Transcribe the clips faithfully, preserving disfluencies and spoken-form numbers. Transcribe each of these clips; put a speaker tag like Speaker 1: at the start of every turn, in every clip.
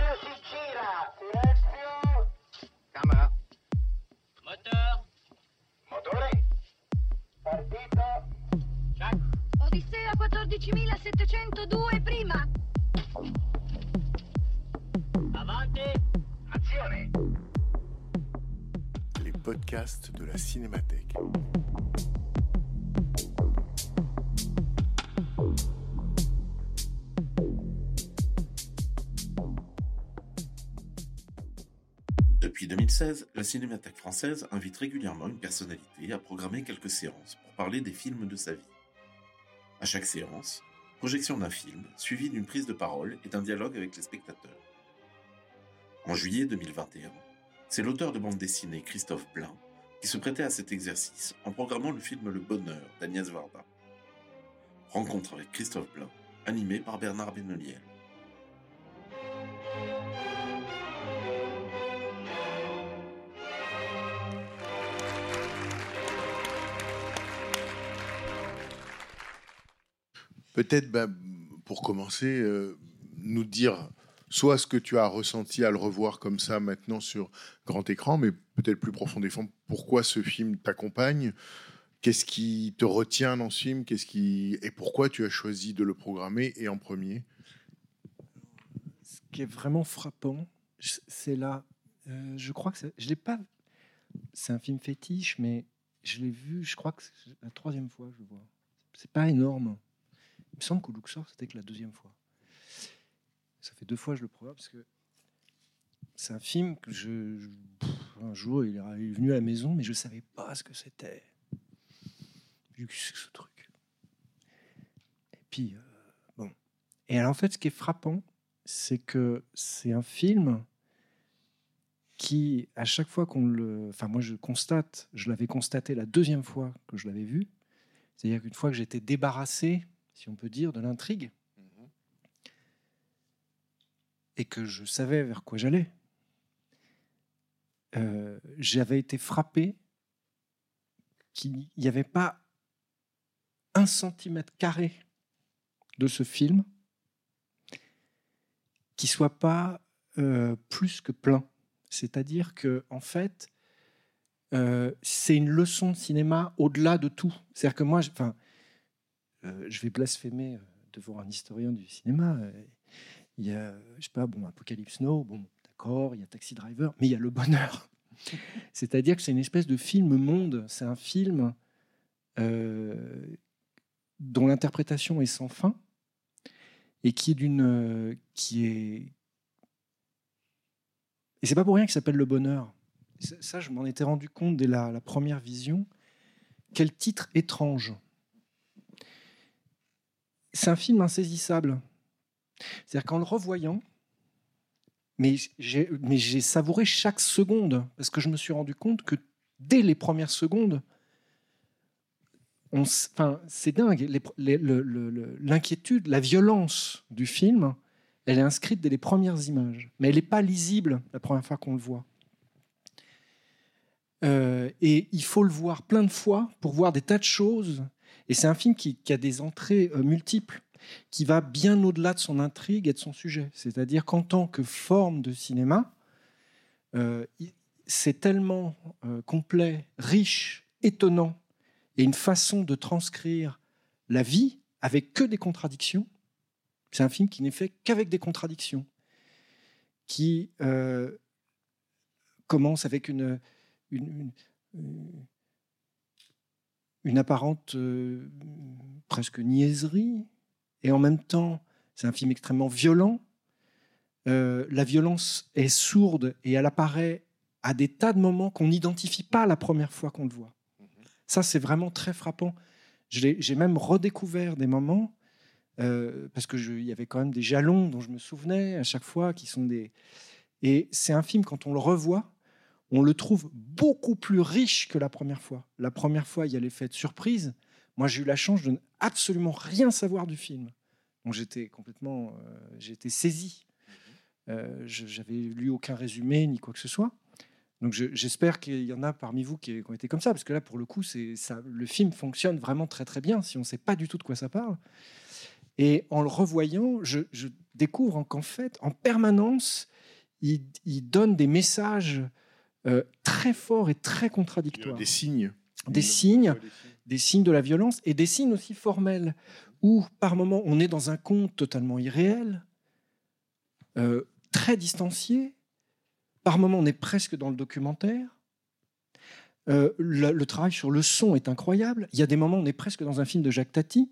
Speaker 1: si gira. Silenzio. Camera. Moteur. Motore. Partito. Check.
Speaker 2: Odissea quattordicimilasettecentodue prima.
Speaker 1: Avanti. Azione.
Speaker 3: Les podcasts de la Cinémathèque.
Speaker 4: Depuis deux mille seize, la Cinémathèque française invite régulièrement une personnalité à programmer quelques séances pour parler des films de sa vie. À chaque séance, projection d'un film, suivie d'une prise de parole et d'un dialogue avec les spectateurs. En juillet deux mille vingt et un, c'est l'auteur de bande dessinée Christophe Blain qui se prêtait à cet exercice en programmant le film Le Bonheur d'Agnès Varda. Rencontre avec Christophe Blain, animé par Bernard Benoliel.
Speaker 3: Peut-être, bah, pour commencer, euh, nous dire soit ce que tu as ressenti à le revoir comme ça maintenant sur grand écran, mais peut-être plus profondément, pourquoi ce film t'accompagne, qu'est-ce qui te retient dans ce film, qu'est-ce qui... et pourquoi tu as choisi de le programmer et en premier.
Speaker 5: Ce qui est vraiment frappant, c'est là, euh, je crois que c'est, je l'ai pas, c'est un film fétiche, mais je l'ai vu, je crois que c'est la troisième fois que je le vois. C'est pas énorme. Il me semble qu'au Luxor, c'était que la deuxième fois. Ça fait deux fois que je le programme parce que c'est un film que je, je pff, un jour il est venu à la maison, mais je savais pas ce que c'était. Vu que c'est ce truc. Et puis euh, bon. Et alors en fait, ce qui est frappant, c'est que c'est un film qui, à chaque fois qu'on le, enfin moi je constate, je l'avais constaté la deuxième fois que je l'avais vu, c'est-à-dire qu'une fois que j'étais débarrassé, si on peut dire, de l'intrigue, mmh. et que je savais vers quoi j'allais, euh, j'avais été frappé qu'il n'y avait pas un centimètre carré de ce film qui soit pas euh, plus que plein. C'est-à-dire que, en fait, euh, c'est une leçon de cinéma au-delà de tout. C'est-à-dire que moi, enfin. Euh, je vais blasphémer devant un historien du cinéma. Il y a, je sais pas, bon, Apocalypse Now, bon, d'accord, il y a Taxi Driver, mais il y a Le Bonheur. C'est-à-dire que c'est une espèce de film-monde. C'est un film euh, dont l'interprétation est sans fin et qui est d'une, euh, qui est, et c'est pas pour rien qu'il s'appelle Le Bonheur. Ça, je m'en étais rendu compte dès la, la première vision. Quel titre étrange. C'est un film insaisissable. C'est-à-dire qu'en le revoyant, mais j'ai, mais j'ai savouré chaque seconde, parce que je me suis rendu compte que dès les premières secondes, on, enfin, c'est dingue, les, les, le, le, l'inquiétude, la violence du film, elle est inscrite dès les premières images, mais elle n'est pas lisible la première fois qu'on le voit. Euh, et il faut le voir plein de fois pour voir des tas de choses. Et c'est un film qui, qui a des entrées euh, multiples, qui va bien au-delà de son intrigue et de son sujet. C'est-à-dire qu'en tant que forme de cinéma, euh, c'est tellement euh, complet, riche, étonnant, et une façon de transcrire la vie avec que des contradictions. C'est un film qui n'est fait qu'avec des contradictions, qui euh, commence avec une... une, une une apparente euh, presque niaiserie, et en même temps, c'est un film extrêmement violent. Euh, la violence est sourde et elle apparaît à des tas de moments qu'on n'identifie pas la première fois qu'on le voit. Mmh. Ça, c'est vraiment très frappant. Je l'ai, j'ai même redécouvert des moments, euh, parce qu'il y avait quand même des jalons dont je me souvenais à chaque fois, qui sont des... Et c'est un film, quand on le revoit, on le trouve beaucoup plus riche que la première fois. La première fois, il y a l'effet de surprise. Moi, j'ai eu la chance de ne absolument rien savoir du film. Donc, j'étais complètement... Euh, j'ai été saisi. Euh, je n'avais lu aucun résumé, ni quoi que ce soit. Donc, je, j'espère qu'il y en a parmi vous qui, qui ont été comme ça, parce que là, pour le coup, c'est, ça, le film fonctionne vraiment très, très bien, si on ne sait pas du tout de quoi ça parle. Et en le revoyant, je, je découvre qu'en fait, en permanence, il, il donne des messages euh, très forts et très contradictoires.
Speaker 3: Des signes.
Speaker 5: Des signes, des signes de la violence et des signes aussi formels, où par moments on est dans un conte totalement irréel, euh, très distancié, par moments on est presque dans le documentaire. Euh, le, le travail sur le son est incroyable. Il y a des moments où on est presque dans un film de Jacques Tati.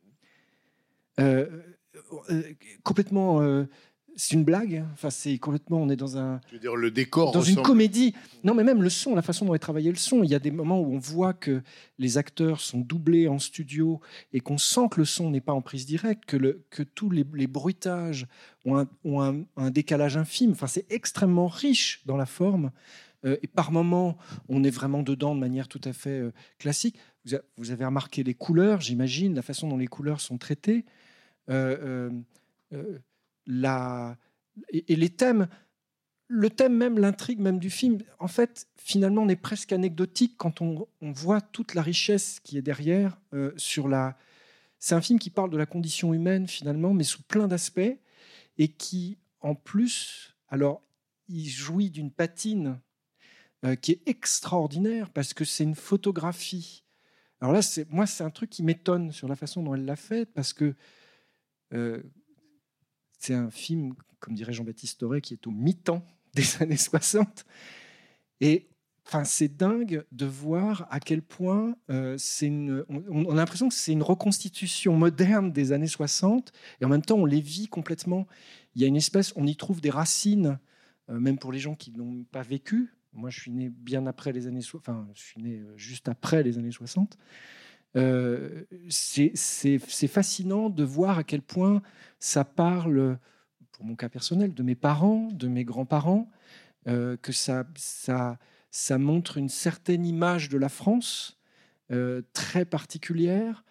Speaker 5: Euh, euh, complètement... Euh, c'est une blague. Enfin, c'est complètement... On est dans un...
Speaker 3: Je veux dire, le décor
Speaker 5: Dans
Speaker 3: ressemble...
Speaker 5: une comédie. Non, mais même le son, la façon dont est travaillé le son. Il y a des moments où on voit que les acteurs sont doublés en studio et qu'on sent que le son n'est pas en prise directe, que, le, que tous les, les bruitages ont, un, ont un, un décalage infime. Enfin, c'est extrêmement riche dans la forme. Euh, et par moments, on est vraiment dedans de manière tout à fait euh, classique. Vous, a, vous avez remarqué les couleurs, j'imagine, la façon dont les couleurs sont traitées. Euh, euh, euh, la... et, et les thèmes, le thème même, l'intrigue même du film, en fait, finalement, on est presque anecdotique quand on, on voit toute la richesse qui est derrière. Euh, sur la... C'est un film qui parle de la condition humaine, finalement, mais sous plein d'aspects, et qui, en plus, alors, il jouit d'une patine euh, qui est extraordinaire, parce que c'est une photographie. Alors là, c'est, moi, c'est un truc qui m'étonne sur la façon dont elle l'a fait, parce que euh, c'est un film, comme dirait Jean-Baptiste Toré, qui est au mi-temps des années soixante. Et enfin, c'est dingue de voir à quel point euh, c'est une, on, on a l'impression que c'est une reconstitution moderne des années soixante, et en même temps, on les vit complètement. Il y a une espèce, on y trouve des racines, euh, même pour les gens qui n'ont pas vécu. Moi, je suis né bien après les années soixante, enfin, je suis né juste après les années soixante. Euh, c'est, c'est, c'est fascinant de voir à quel point ça parle, pour mon cas personnel, de mes parents, de mes grands-parents, euh, que ça, ça, ça montre une certaine image de la France euh, très particulière,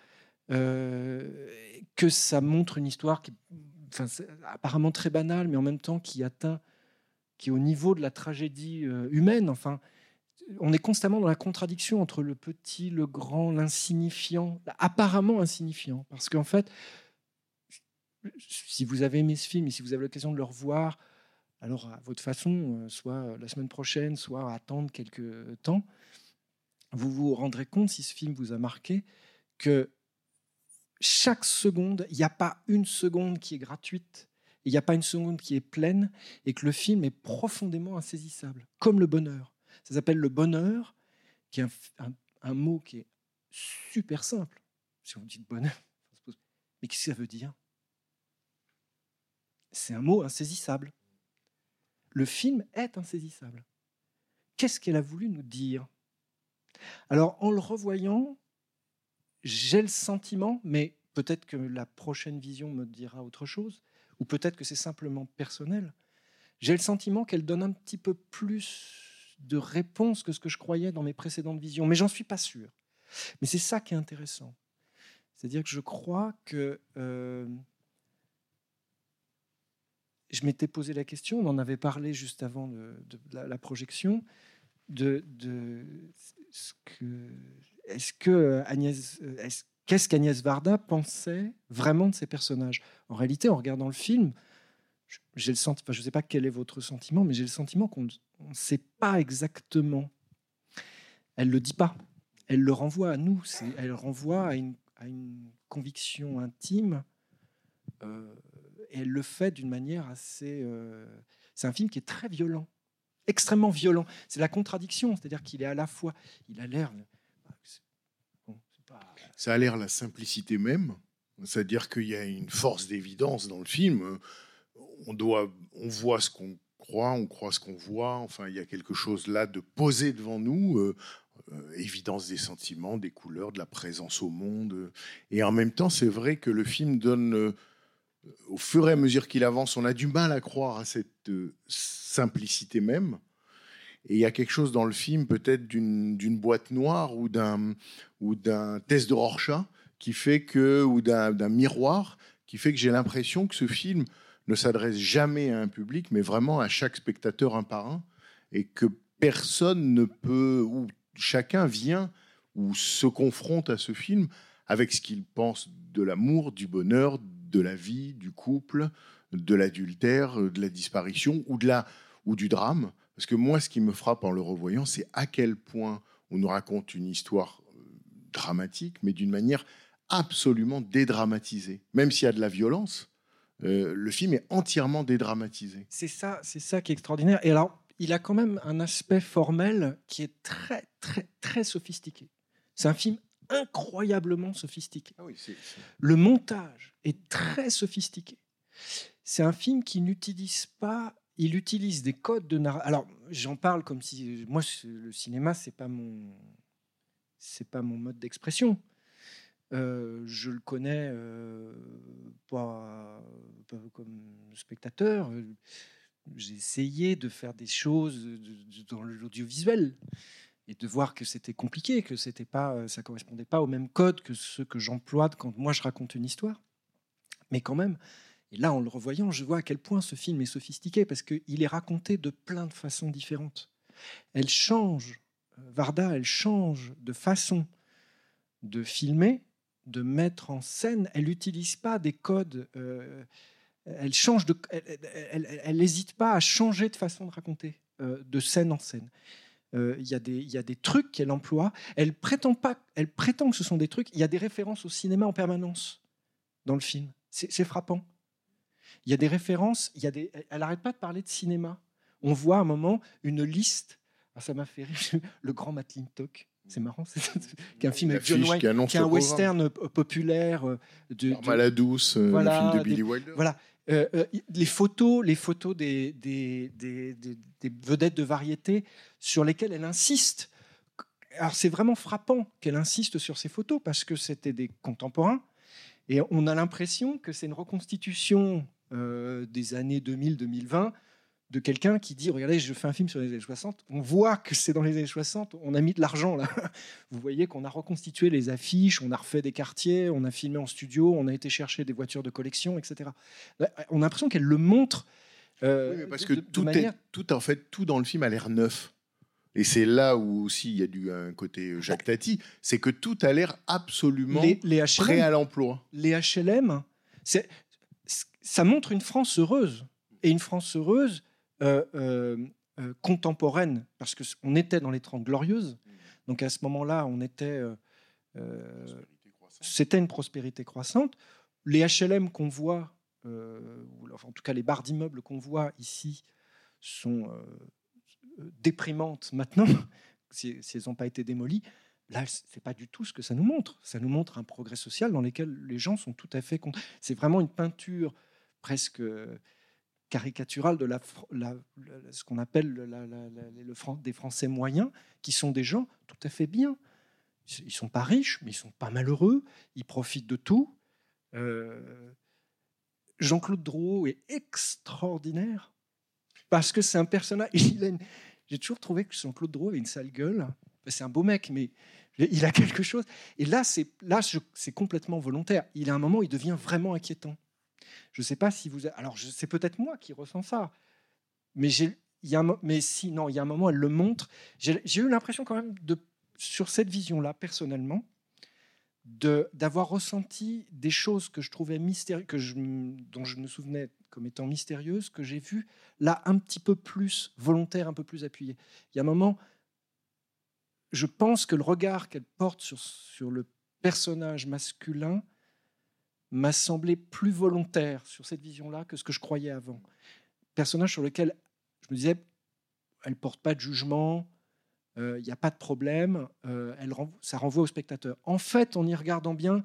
Speaker 5: euh, que ça montre une histoire qui, enfin, c'est apparemment très banale, mais en même temps qui atteint, qui est au niveau de la tragédie euh, humaine. Enfin, on est constamment dans la contradiction entre le petit, le grand, l'insignifiant, apparemment insignifiant. Parce qu'en fait, si vous avez aimé ce film et si vous avez l'occasion de le revoir, alors à votre façon, soit la semaine prochaine, soit attendre quelques temps, vous vous rendrez compte, si ce film vous a marqué, que chaque seconde, il n'y a pas une seconde qui est gratuite, il n'y a pas une seconde qui est pleine, et que le film est profondément insaisissable, comme le bonheur. Ça s'appelle le bonheur, qui est un, un, un mot qui est super simple. Si on dit bonheur, mais qu'est-ce que ça veut dire ? C'est un mot insaisissable. Le film est insaisissable. Qu'est-ce qu'elle a voulu nous dire ? Alors, en le revoyant, j'ai le sentiment, mais peut-être que la prochaine vision me dira autre chose, ou peut-être que c'est simplement personnel, j'ai le sentiment qu'elle donne un petit peu plus de réponses que ce que je croyais dans mes précédentes visions. Mais j'en suis pas sûr. Mais c'est ça qui est intéressant. C'est-à-dire que je crois que... Euh, je m'étais posé la question, on en avait parlé juste avant de, de la, la projection, de, de ce que, est-ce que Agnès, est-ce, qu'est-ce qu'Agnès Varda pensait vraiment de ces personnages ? En réalité, en regardant le film, j'ai le sentiment, enfin, je ne sais pas quel est votre sentiment, mais j'ai le sentiment qu'on ne sait pas exactement. Elle ne le dit pas. Elle le renvoie à nous. C'est, elle renvoie à une, à une conviction intime. Euh, et elle le fait d'une manière assez... Euh, c'est un film qui est très violent, extrêmement violent. C'est la contradiction, c'est-à-dire qu'il est à la fois... Il a l'air... C'est, bon, c'est pas...
Speaker 3: Ça a l'air la simplicité même. C'est-à-dire qu'il y a une force d'évidence dans le film. On, doit, on voit ce qu'on croit, on croit ce qu'on voit. Enfin, il y a quelque chose là de posé devant nous. Euh, euh, évidence des sentiments, des couleurs, de la présence au monde. Et en même temps, c'est vrai que le film donne... Euh, au fur et à mesure qu'il avance, on a du mal à croire à cette euh, simplicité même. Et il y a quelque chose dans le film, peut-être d'une, d'une boîte noire ou d'un, ou d'un test de Rorschach, qui fait que, ou d'un, d'un miroir, qui fait que j'ai l'impression que ce film ne s'adresse jamais à un public, mais vraiment à chaque spectateur un par un, et que personne ne peut, ou chacun vient ou se confronte à ce film avec ce qu'il pense de l'amour, du bonheur, de la vie, du couple, de l'adultère, de la disparition ou, de la, ou du drame. Parce que moi, ce qui me frappe en le revoyant, c'est à quel point on nous raconte une histoire dramatique, mais d'une manière absolument dédramatisée. Même s'il y a de la violence, euh, le film est entièrement dédramatisé.
Speaker 5: C'est ça, c'est ça qui est extraordinaire. Et alors, il a quand même un aspect formel qui est très, très, très sophistiqué. C'est un film incroyablement sophistiqué.
Speaker 3: Ah oui, c'est, c'est...
Speaker 5: Le montage est très sophistiqué. C'est un film qui n'utilise pas... Il utilise des codes de narration. Alors, j'en parle comme si... Moi, le cinéma, c'est pas mon... c'est pas mon mode d'expression. Euh, je le connais euh, pas, pas comme spectateur. J'ai essayé de faire des choses de, de, dans l'audiovisuel et de voir que c'était compliqué, que c'était pas, ça correspondait pas au même code que ceux que j'emploie quand moi je raconte une histoire. Mais quand même, et là en le revoyant, je vois à quel point ce film est sophistiqué parce qu'il est raconté de plein de façons différentes. Elle change, Varda, elle change de façon de filmer, de mettre en scène. Elle n'utilise pas des codes. Euh, elle change de. Elle n'hésite pas à changer de façon de raconter, euh, de scène en scène. Il euh, y, y a des trucs qu'elle emploie. Elle prétend pas. Elle prétend que ce sont des trucs. Il y a des références au cinéma en permanence dans le film. C'est frappant. Il y a des références. Il y a des. Elle n'arrête pas de parler de cinéma. On voit à un moment une liste. Ah, ça m'a fait rire. Le Grand Matlintock. C'est marrant, c'est un film avec John Wayne, qui est un western populaire. De,
Speaker 3: de la douce, voilà, le film de Billy
Speaker 5: des,
Speaker 3: Wilder.
Speaker 5: Voilà, euh, euh, les photos, les photos des, des, des, des, des vedettes de variété sur lesquelles elle insiste. Alors c'est vraiment frappant qu'elle insiste sur ces photos parce que c'était des contemporains et on a l'impression que c'est une reconstitution euh, des années deux mille deux mille vingt. De quelqu'un qui dit, regardez, je fais un film sur les années soixante, on voit que c'est dans les années soixante, on a mis de l'argent là. Vous voyez qu'on a reconstitué les affiches, on a refait des quartiers, on a filmé en studio, on a été chercher des voitures de collection, et cetera. On a l'impression qu'elle le montre euh,
Speaker 3: oui, parce
Speaker 5: de,
Speaker 3: que
Speaker 5: de,
Speaker 3: tout
Speaker 5: de manière...
Speaker 3: est, tout en fait, tout dans le film a l'air neuf. Et c'est là où aussi il y a du, un côté Jacques Tati, c'est que tout a l'air absolument
Speaker 5: les, les H L M,
Speaker 3: prêt à l'emploi.
Speaker 5: Les H L M, c'est, ça montre une France heureuse. Et une France heureuse, Euh, euh, euh, contemporaine, parce qu'on était dans les Trente Glorieuses, donc à ce moment-là, on était, euh, euh, c'était une prospérité croissante. Les H L M qu'on voit, euh, ou, enfin, en tout cas les barres d'immeubles qu'on voit ici, sont euh, déprimantes maintenant, si, si elles n'ont pas été démolies. Là, c'est pas du tout ce que ça nous montre. Ça nous montre un progrès social dans lequel les gens sont tout à fait contents. C'est vraiment une peinture presque caricaturale de la, la, la, ce qu'on appelle la, la, la, le Fran- des Français moyens, qui sont des gens tout à fait bien. Ils ne sont pas riches, mais ils ne sont pas malheureux, ils profitent de tout. Euh, Jean-Claude Drouot est extraordinaire, parce que c'est un personnage... Il a une, j'ai toujours trouvé que Jean-Claude Drouot avait une sale gueule. C'est un beau mec, mais il a quelque chose. Et là, c'est, là, je, c'est complètement volontaire. Il a un moment où il devient vraiment inquiétant. Je ne sais pas si vous... Alors, je, c'est peut-être moi qui ressens ça. Mais, j'ai, il y a un, mais si, non, il y a un moment, elle le montre. J'ai, j'ai eu l'impression quand même, de, sur cette vision-là, personnellement, de, d'avoir ressenti des choses que je trouvais mystérieuses, que je, dont je me souvenais comme étant mystérieuses, que j'ai vues là un petit peu plus volontaire, un peu plus appuyé. Il y a un moment... Je pense que le regard qu'elle porte sur, sur le personnage masculin m'a semblé plus volontaire sur cette vision-là que ce que je croyais avant. Personnage sur lequel je me disais, elle ne porte pas de jugement, il euh, n'y a pas de problème, euh, elle renvo- ça renvoie au spectateur. En fait, en y regardant bien,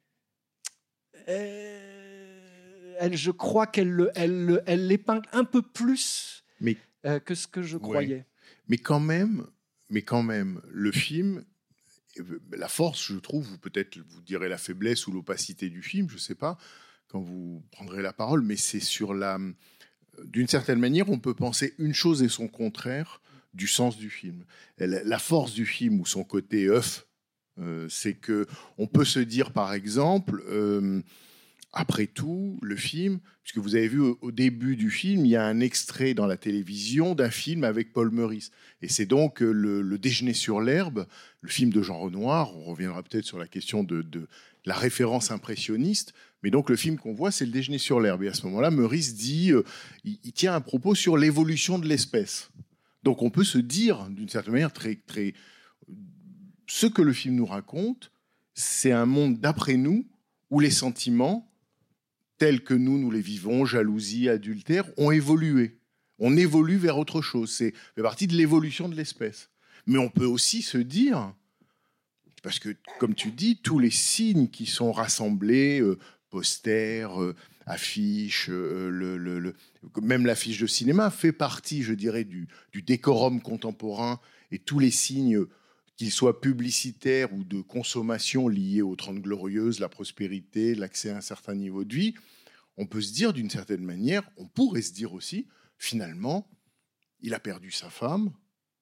Speaker 5: euh, elle, je crois qu'elle le, elle, elle l'épingle un peu plus
Speaker 3: Mais,
Speaker 5: euh, que ce que je croyais.
Speaker 3: Ouais. Mais quand même... Mais quand même, le film, la force, je trouve, ou peut-être vous direz la faiblesse ou l'opacité du film, je ne sais pas, quand vous prendrez la parole, mais c'est sur la... D'une certaine manière, on peut penser une chose et son contraire du sens du film. La force du film, ou son côté œuf, euh, c'est qu'on peut se dire, par exemple... Euh, Après tout, le film, puisque vous avez vu au, au début du film, il y a un extrait dans la télévision d'un film avec Paul Meurice. Et c'est donc le, le Déjeuner sur l'herbe, le film de Jean Renoir. On reviendra peut-être sur la question de, de la référence impressionniste. Mais donc, le film qu'on voit, c'est Le Déjeuner sur l'herbe. Et à ce moment-là, Meurice dit, euh, il, il tient un propos sur l'évolution de l'espèce. Donc, on peut se dire, d'une certaine manière, très, très, ce que le film nous raconte, c'est un monde d'après nous où les sentiments, tels que nous, nous les vivons, jalousie, adultère, ont évolué. On évolue vers autre chose. C'est fait partie de l'évolution de l'espèce. Mais on peut aussi se dire, parce que, comme tu dis, tous les signes qui sont rassemblés, euh, posters, euh, affiches, euh, le, le, le, même l'affiche de cinéma fait partie, je dirais, du, du décorum contemporain, et tous les signes, qu'ils soient publicitaires ou de consommation liés aux Trente Glorieuses, la prospérité, l'accès à un certain niveau de vie, on peut se dire d'une certaine manière, on pourrait se dire aussi, finalement, il a perdu sa femme,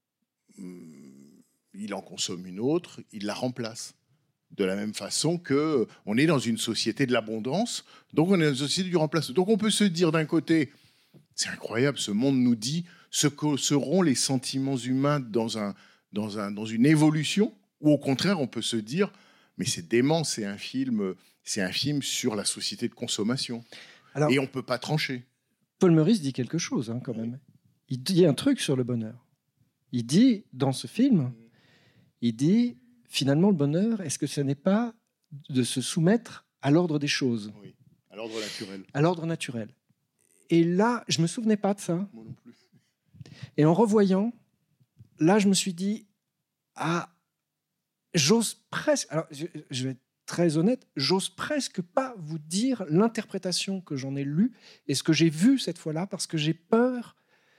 Speaker 3: il en consomme une autre, il la remplace. De la même façon qu'on est dans une société de l'abondance, donc on est dans une société du remplacement. Donc on peut se dire d'un côté, c'est incroyable, ce monde nous dit ce que seront les sentiments humains dans, un, dans, un, dans une évolution, ou au contraire on peut se dire, mais c'est dément, c'est un film, c'est un film sur la société de consommation. Alors, et on ne peut pas trancher.
Speaker 5: Paul Meurice dit quelque chose hein, quand même. Il dit un truc sur le bonheur. Il dit, dans ce film, il dit... Finalement, le bonheur, est-ce que ce n'est pas de se soumettre à l'ordre des choses ?
Speaker 3: Oui, à l'ordre naturel.
Speaker 5: À l'ordre naturel. Et là, je ne me souvenais pas de ça.
Speaker 3: Moi non plus.
Speaker 5: Et en revoyant, là, je me suis dit, ah, j'ose presque, alors je, je vais être très honnête, j'ose presque pas vous dire l'interprétation que j'en ai lue et ce que j'ai vu cette fois-là, parce que j'ai peur.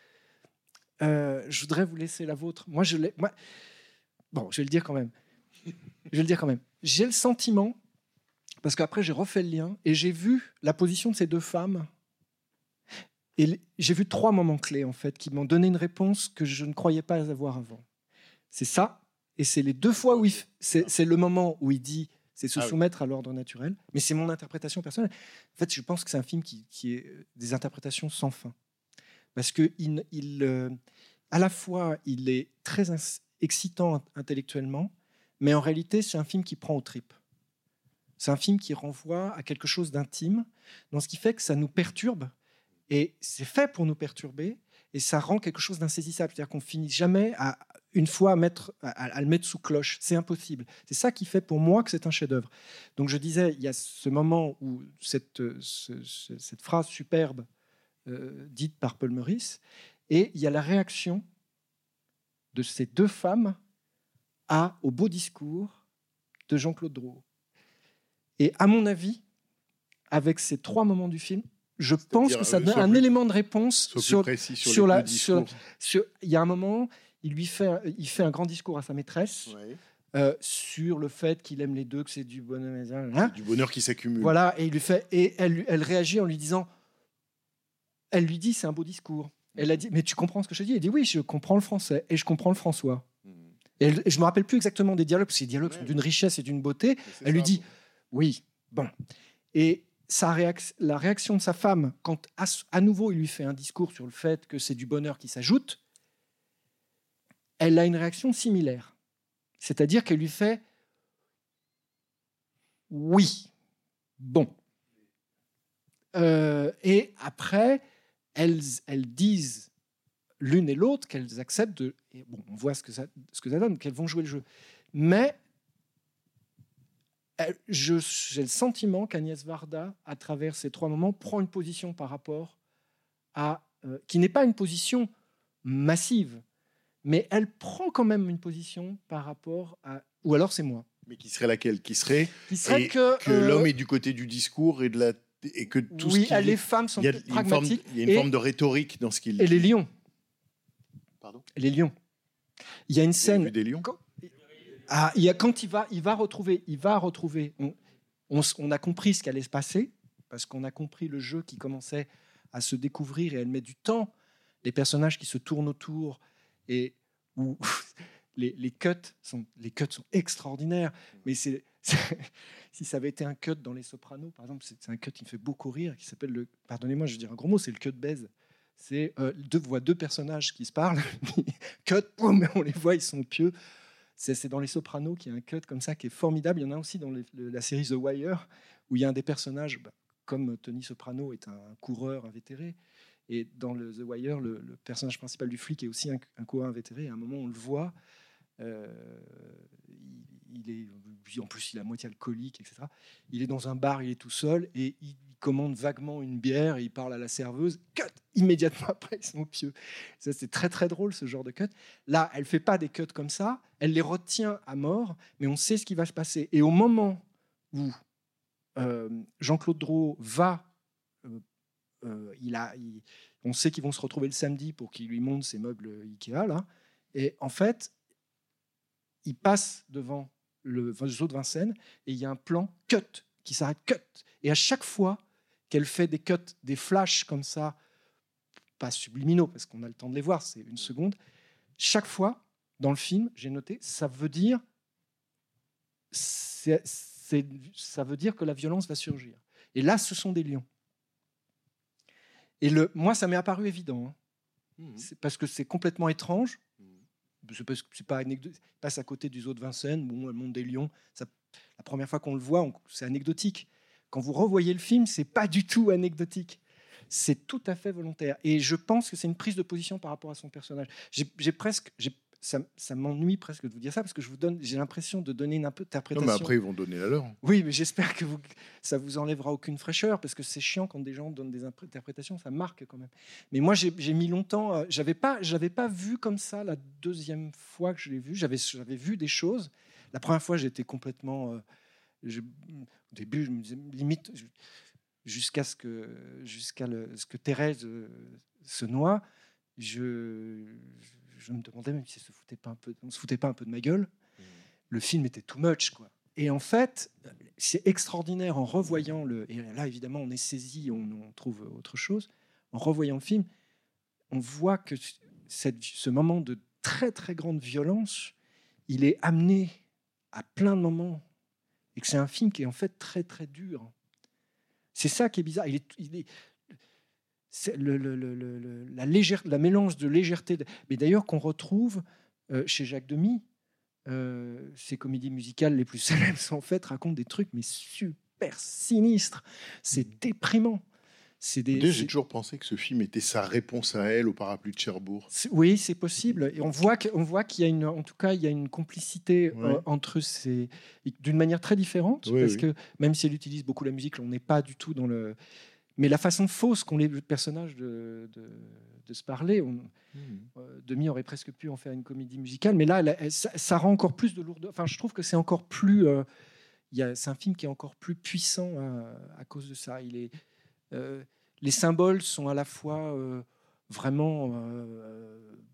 Speaker 5: Euh, je voudrais vous laisser la vôtre. Moi, je l'ai. Moi... Bon, je vais le dire quand même. Je vais le dire quand même. J'ai le sentiment, parce qu'après j'ai refait le lien, et j'ai vu la position de ces deux femmes, et j'ai vu trois moments clés, en fait, qui m'ont donné une réponse que je ne croyais pas avoir avant. C'est ça, et c'est les deux fois où il... C'est, c'est le moment où il dit, c'est se ah soumettre oui. à l'ordre naturel, mais c'est mon interprétation personnelle. En fait, je pense que c'est un film qui, qui est des interprétations sans fin. Parce que il, il, euh, à la fois, il est très ins- excitant intellectuellement, mais en réalité, c'est un film qui prend aux tripes. C'est un film qui renvoie à quelque chose d'intime, dans ce qui fait que ça nous perturbe, et c'est fait pour nous perturber, et ça rend quelque chose d'insaisissable. C'est-à-dire qu'on finit jamais à, une fois à, mettre, à, à le mettre sous cloche. C'est impossible. C'est ça qui fait pour moi que c'est un chef-d'œuvre. Donc je disais, il y a ce moment où cette, ce, ce, cette phrase superbe euh, dite par Paul Meurice, et il y a la réaction de ces deux femmes à, au beau discours de Jean-Claude Drouot. Et à mon avis, avec ces trois moments du film, je C'est pense que ça donne un plus, élément de réponse sur, sur, sur la... Sur, sur, il y a un moment, il lui fait, il fait un grand discours à sa maîtresse ouais. euh, sur le fait qu'il aime les deux, que c'est du bonheur, hein
Speaker 3: du bonheur qui s'accumule.
Speaker 5: Voilà, et, il lui fait, et elle, elle réagit en lui disant... Elle lui dit, c'est un beau discours. Elle a dit, mais tu comprends ce que je dis ? Elle dit, oui, je comprends le français et je comprends le François. Et je ne me rappelle plus exactement des dialogues, parce que ces dialogues sont d'une richesse et d'une beauté. Elle ça, lui dit, oui, bon. Et sa réac- la réaction de sa femme, quand à, à nouveau il lui fait un discours sur le fait que c'est du bonheur qui s'ajoute, elle a une réaction similaire. C'est-à-dire qu'elle lui fait, oui, bon. Euh, et après, elles, elles disent l'une et l'autre qu'elles acceptent de... Et bon, on voit ce que ça, ce que ça donne, qu'elles vont jouer le jeu. Mais je, j'ai le sentiment qu'Agnès Varda, à travers ces trois moments, prend une position par rapport à... Euh, qui n'est pas une position massive, mais elle prend quand même une position par rapport à... Ou alors c'est moi.
Speaker 3: Mais qui serait laquelle ? Qui serait,
Speaker 5: qui serait
Speaker 3: et
Speaker 5: que,
Speaker 3: que euh, l'homme est du côté du discours et de la... Et que tout
Speaker 5: oui,
Speaker 3: ce qui...
Speaker 5: les femmes sont
Speaker 3: il
Speaker 5: pragmatiques.
Speaker 3: Il y a une
Speaker 5: et,
Speaker 3: forme de rhétorique dans ce qu'il dit.
Speaker 5: Et les lions.
Speaker 3: Pardon ?
Speaker 5: Les lions. Il y a une scène.
Speaker 3: Vous avez vu des lions ?
Speaker 5: Quand, ah, il y a, quand il va, il va retrouver, il va retrouver. On, on, on a compris ce qui allait se passer parce qu'on a compris le jeu qui commençait à se découvrir et elle met du temps. Les personnages qui se tournent autour et où les, les cuts sont, les cuts sont extraordinaires. Mais c'est, c'est, si ça avait été un cut dans Les Sopranos, par exemple, c'est, c'est un cut qui me fait beaucoup rire, qui s'appelle le. Pardonnez-moi, je vais dire un gros mot, c'est le cut baise. C'est euh, deux voix deux personnages qui se parlent, cut, boum, on les voit, ils sont pieux. C'est, c'est dans Les Sopranos qu'il y a un cut comme ça qui est formidable. Il y en a aussi dans les, le, la série The Wire, où il y a un des personnages, bah, comme Tony Soprano est un coureur invétéré, et dans le The Wire, le, le personnage principal du flic est aussi un, un coureur invétéré. Et à un moment, on le voit, euh, il, il est, en plus, il est à moitié alcoolique, et cetera. Il est dans un bar, il est tout seul, et il commande vaguement une bière, et il parle à la serveuse. Cut immédiatement après, ils sont pieux. Ça, c'est très très drôle, ce genre de cut. Là, elle fait pas des cuts comme ça, elle les retient à mort, mais on sait ce qui va se passer. Et au moment où euh, Jean-Claude Drouot va, euh, euh, il a, il, on sait qu'ils vont se retrouver le samedi pour qu'il lui montre ses meubles Ikea là, et en fait, il passe devant le zoo de Vincennes et il y a un plan cut qui s'arrête cut. Et à chaque fois qu'elle fait des cuts, des flashs comme ça, pas subliminaux parce qu'on a le temps de les voir, c'est une seconde. Chaque fois dans le film, j'ai noté, ça veut dire, c'est, c'est, ça veut dire que la violence va surgir. Et là, ce sont des lions. Et le, moi, ça m'est apparu évident, hein. Mmh. C'est parce que c'est complètement étrange. Mmh. C'est parce que c'est pas anecdotique. Il passe à côté du zoo de Vincennes, bon, le monde des lions. Ça, la première fois qu'on le voit, on, c'est anecdotique. Quand vous revoyez le film, c'est pas du tout anecdotique. C'est tout à fait volontaire. Et je pense que c'est une prise de position par rapport à son personnage. J'ai, j'ai presque, j'ai, ça, ça m'ennuie presque de vous dire ça parce que je vous donne, j'ai l'impression de donner une interprétation.
Speaker 3: Non, mais après ils vont donner la leur.
Speaker 5: Oui, mais j'espère que vous, ça vous enlèvera aucune fraîcheur parce que c'est chiant quand des gens donnent des interprétations, ça marque quand même. Mais moi, j'ai, j'ai mis longtemps. Euh, j'avais pas, j'avais pas vu comme ça la deuxième fois que je l'ai vu. J'avais, j'avais vu des choses. La première fois, j'étais complètement. Euh, je, au début, je me disais limite. Je, jusqu'à ce que, jusqu'à le, ce que Thérèse euh, se noie, je, je me demandais même si elle se foutait pas un peu, on se foutait pas un peu de ma gueule. Mmh. Le film était too much, quoi. Et en fait, c'est extraordinaire en revoyant le. Et là, évidemment, on est saisi, on, on trouve autre chose. En revoyant le film, on voit que cette, ce moment de très très grande violence, il est amené à plein de moments, et que c'est un film qui est en fait très très dur. C'est ça qui est bizarre. Il est, il est, c'est le, le, le, le, la, légère, la mélange de légèreté, de, mais d'ailleurs qu'on retrouve euh, chez Jacques Demy. Euh, ses comédies musicales les plus célèbres sont en fait racontent des trucs mais super sinistres. C'est déprimant. C'est des,
Speaker 3: J'ai
Speaker 5: c'est...
Speaker 3: toujours pensé que ce film était sa réponse à elle au parapluie de Cherbourg.
Speaker 5: C'est, oui, c'est possible. Et on voit, on voit qu'il y a une, en tout cas, il y a une complicité
Speaker 3: ouais.
Speaker 5: euh, entre ces, d'une manière très différente,
Speaker 3: oui,
Speaker 5: parce
Speaker 3: oui.
Speaker 5: que même si elle utilise beaucoup la musique, on n'est pas du tout dans le. Mais la façon fausse qu'ont les personnages de, de, de se parler, on, mmh. euh, Demy aurait presque pu en faire une comédie musicale, mais là, elle, elle, ça, ça rend encore plus de lourdeur. Enfin, je trouve que c'est encore plus. Euh, y a, c'est un film qui est encore plus puissant à, à cause de ça. Il est. Euh, les symboles sont à la fois euh, vraiment euh,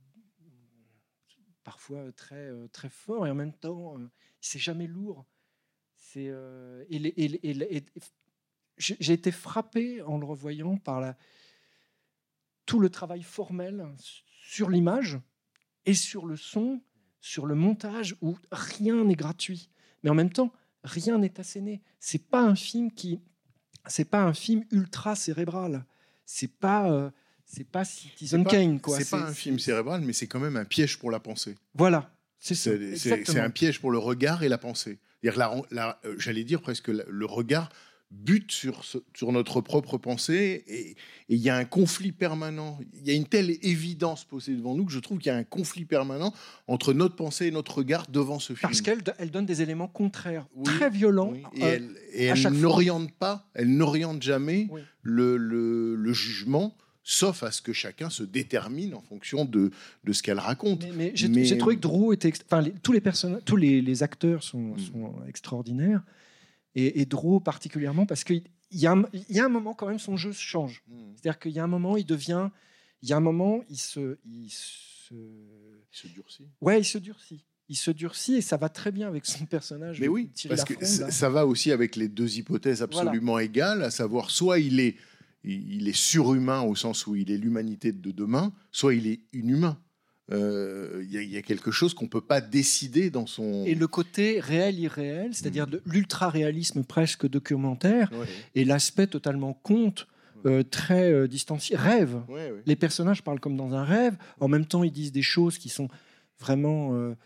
Speaker 5: parfois très, euh, très forts et en même temps, euh, c'est jamais lourd. C'est, euh, et, et, et, et, et, j'ai été frappé en le revoyant par la, tout le travail formel sur l'image et sur le son, sur le montage, où rien n'est gratuit. Mais en même temps, rien n'est asséné. C'est pas un film qui... C'est pas un film ultra cérébral. C'est pas, euh, c'est pas Citizen
Speaker 3: c'est
Speaker 5: Kane, quoi.
Speaker 3: C'est,
Speaker 5: c'est
Speaker 3: pas un film cérébral, mais c'est quand même un piège pour la pensée.
Speaker 5: Voilà, c'est ça.
Speaker 3: C'est, c'est, c'est un piège pour le regard et la pensée. C'est-à-dire la, la, euh, j'allais dire presque la, le regard bute sur, ce, sur notre propre pensée et il y a un conflit permanent. Il y a une telle évidence posée devant nous que je trouve qu'il y a un conflit permanent entre notre pensée et notre regard devant ce film.
Speaker 5: Parce qu'elle elle donne des éléments contraires,
Speaker 3: oui,
Speaker 5: très violents.
Speaker 3: Oui. Et
Speaker 5: euh,
Speaker 3: elle, et elle n'oriente pas, elle n'oriente jamais
Speaker 5: oui.
Speaker 3: le, le, le jugement, sauf à ce que chacun se détermine en fonction de, de ce qu'elle raconte.
Speaker 5: Mais, mais, j'ai,
Speaker 3: mais...
Speaker 5: j'ai trouvé que Drouot était... Enfin, les, tous les, personnages, tous les, les acteurs sont, mm. sont extraordinaires. Et, et Drouot particulièrement, parce qu'il y a, un, il y a un moment quand même, son jeu change. Mmh. C'est-à-dire qu'il y a un moment, il devient... Il y a un moment, il se... Il se,
Speaker 3: il se durcit.
Speaker 5: Ouais, il se durcit. Il se durcit et ça va très bien avec son personnage.
Speaker 3: Mais oui,
Speaker 5: Thierry
Speaker 3: parce
Speaker 5: Lafronde,
Speaker 3: que
Speaker 5: là.
Speaker 3: Ça va aussi avec les deux hypothèses absolument voilà. égales, à savoir soit il est, il est surhumain au sens où il est l'humanité de demain, soit il est inhumain. Il euh, y, y a quelque chose qu'on ne peut pas décider dans son...
Speaker 5: Et le côté réel-irréel, c'est-à-dire mmh. l'ultra-réalisme presque documentaire, ouais. et l'aspect totalement conte, euh, très euh, distancié, rêve. Ouais, ouais. Les personnages parlent comme dans un rêve, en même temps ils disent des choses qui sont vraiment... Euh,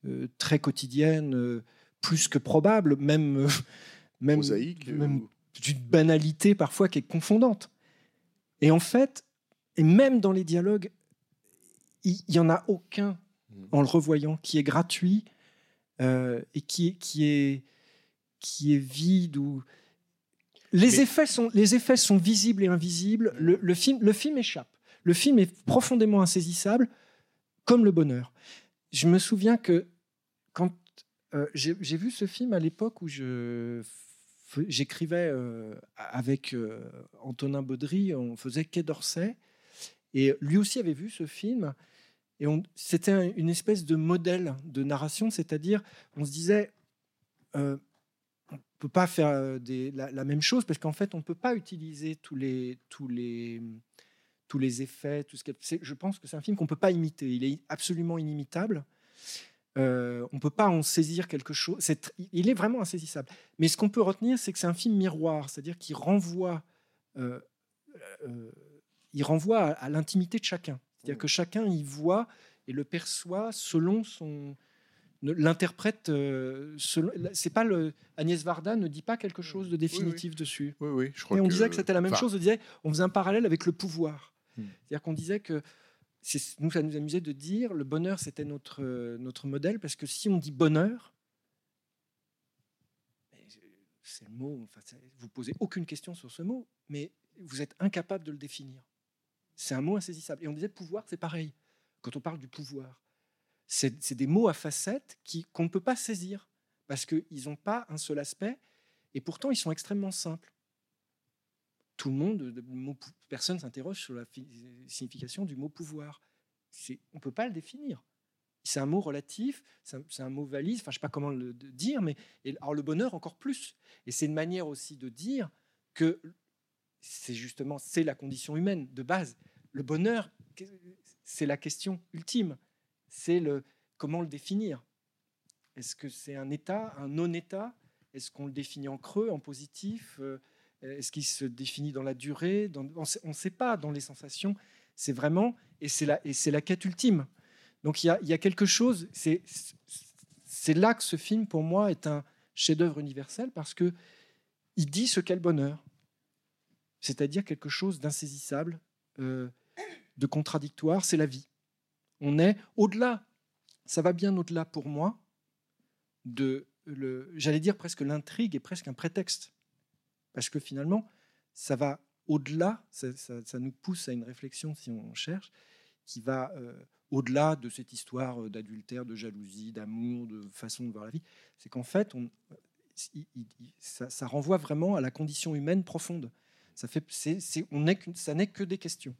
Speaker 5: euh, très quotidienne, euh, plus que probable, même, euh, même,
Speaker 3: Prosaïque,
Speaker 5: même
Speaker 3: ou-
Speaker 5: d'une banalité parfois qui est confondante. Et en fait, et même dans les dialogues, il n'y en a aucun, en le revoyant, qui est gratuit euh, et qui, qui, est, qui est vide. Ou... Les,
Speaker 3: Mais-
Speaker 5: effets sont, les effets sont visibles et invisibles. Le, le, film, le film échappe. Le film est profondément insaisissable, comme le bonheur. Je me souviens que quand euh, j'ai, j'ai vu ce film à l'époque où je, f- j'écrivais euh, avec euh, Antonin Baudry, on faisait Quai d'Orsay, et lui aussi avait vu ce film. Et on, c'était un- une espèce de modèle de narration, c'est-à-dire, on se disait, euh, on ne peut pas faire euh, des, la, la même chose, parce qu'en fait, on ne peut pas utiliser tous les, tous les, tous les effets. Tout ce qu'il y a. C'est- je pense que c'est un film qu'on ne peut pas imiter. Il est absolument inimitable. Euh, on ne peut pas en saisir quelque chose. C'est, tr- il est vraiment insaisissable. Mais ce qu'on peut retenir, c'est que c'est un film miroir, c'est-à-dire qu'il renvoie, euh, euh, il renvoie à, à l'intimité de chacun. C'est-à-dire que chacun y voit et le perçoit selon son, ne- l'interprète. Euh, selon, c'est pas le, Agnès Varda ne dit pas quelque chose de définitif dessus.
Speaker 3: Oui, oui, je crois
Speaker 5: Et on
Speaker 3: que...
Speaker 5: disait que c'était la même
Speaker 3: enfin,
Speaker 5: chose. On disait, on faisait un parallèle avec le pouvoir.
Speaker 3: Hmm.
Speaker 5: C'est-à-dire qu'on disait que c'est, nous, ça nous amusait de dire le bonheur, c'était notre, euh, notre modèle, parce que si on dit bonheur, c'est le mot, enfin, c'est- vous posez aucune question sur ce mot, mais vous êtes incapable de le définir. C'est un mot insaisissable. Et on disait pouvoir, c'est pareil. Quand on parle du pouvoir, c'est, c'est des mots à facettes qui, qu'on ne peut pas saisir, parce qu'ils n'ont pas un seul aspect, et pourtant ils sont extrêmement simples. Tout le monde, le mot, pou- personne s'interroge sur la fi- signification du mot pouvoir. C'est, on ne peut pas le définir. C'est un mot relatif, c'est un, c'est un mot valise, enfin je ne sais pas comment le de dire, mais et, alors le bonheur encore plus. Et c'est une manière aussi de dire que c'est justement c'est la condition humaine de base. Le bonheur, c'est la question ultime. C'est le comment le définir. Est-ce que c'est un état, un non-état? Est-ce qu'on le définit en creux, en positif? Est-ce qu'il se définit dans la durée dans, on ne sait pas dans les sensations. C'est vraiment et c'est la et c'est la quête ultime. Donc il y a, il y a quelque chose. C'est c'est là que ce film pour moi est un chef-d'œuvre universel parce que il dit ce qu'est le bonheur, c'est-à-dire quelque chose d'insaisissable, euh, de contradictoire. C'est la vie. On est au-delà. Ça va bien au-delà pour moi de le. J'allais dire presque l'intrigue est presque un prétexte parce que finalement ça va au-delà. Ça, ça, ça nous pousse à une réflexion si on cherche qui va euh, au-delà de cette histoire d'adultère, de jalousie, d'amour, de façon de voir la vie. C'est qu'en fait on il, il, ça, ça renvoie vraiment à la condition humaine profonde. Ça fait, c'est, c'est, on n'est que, ça n'est que des questions.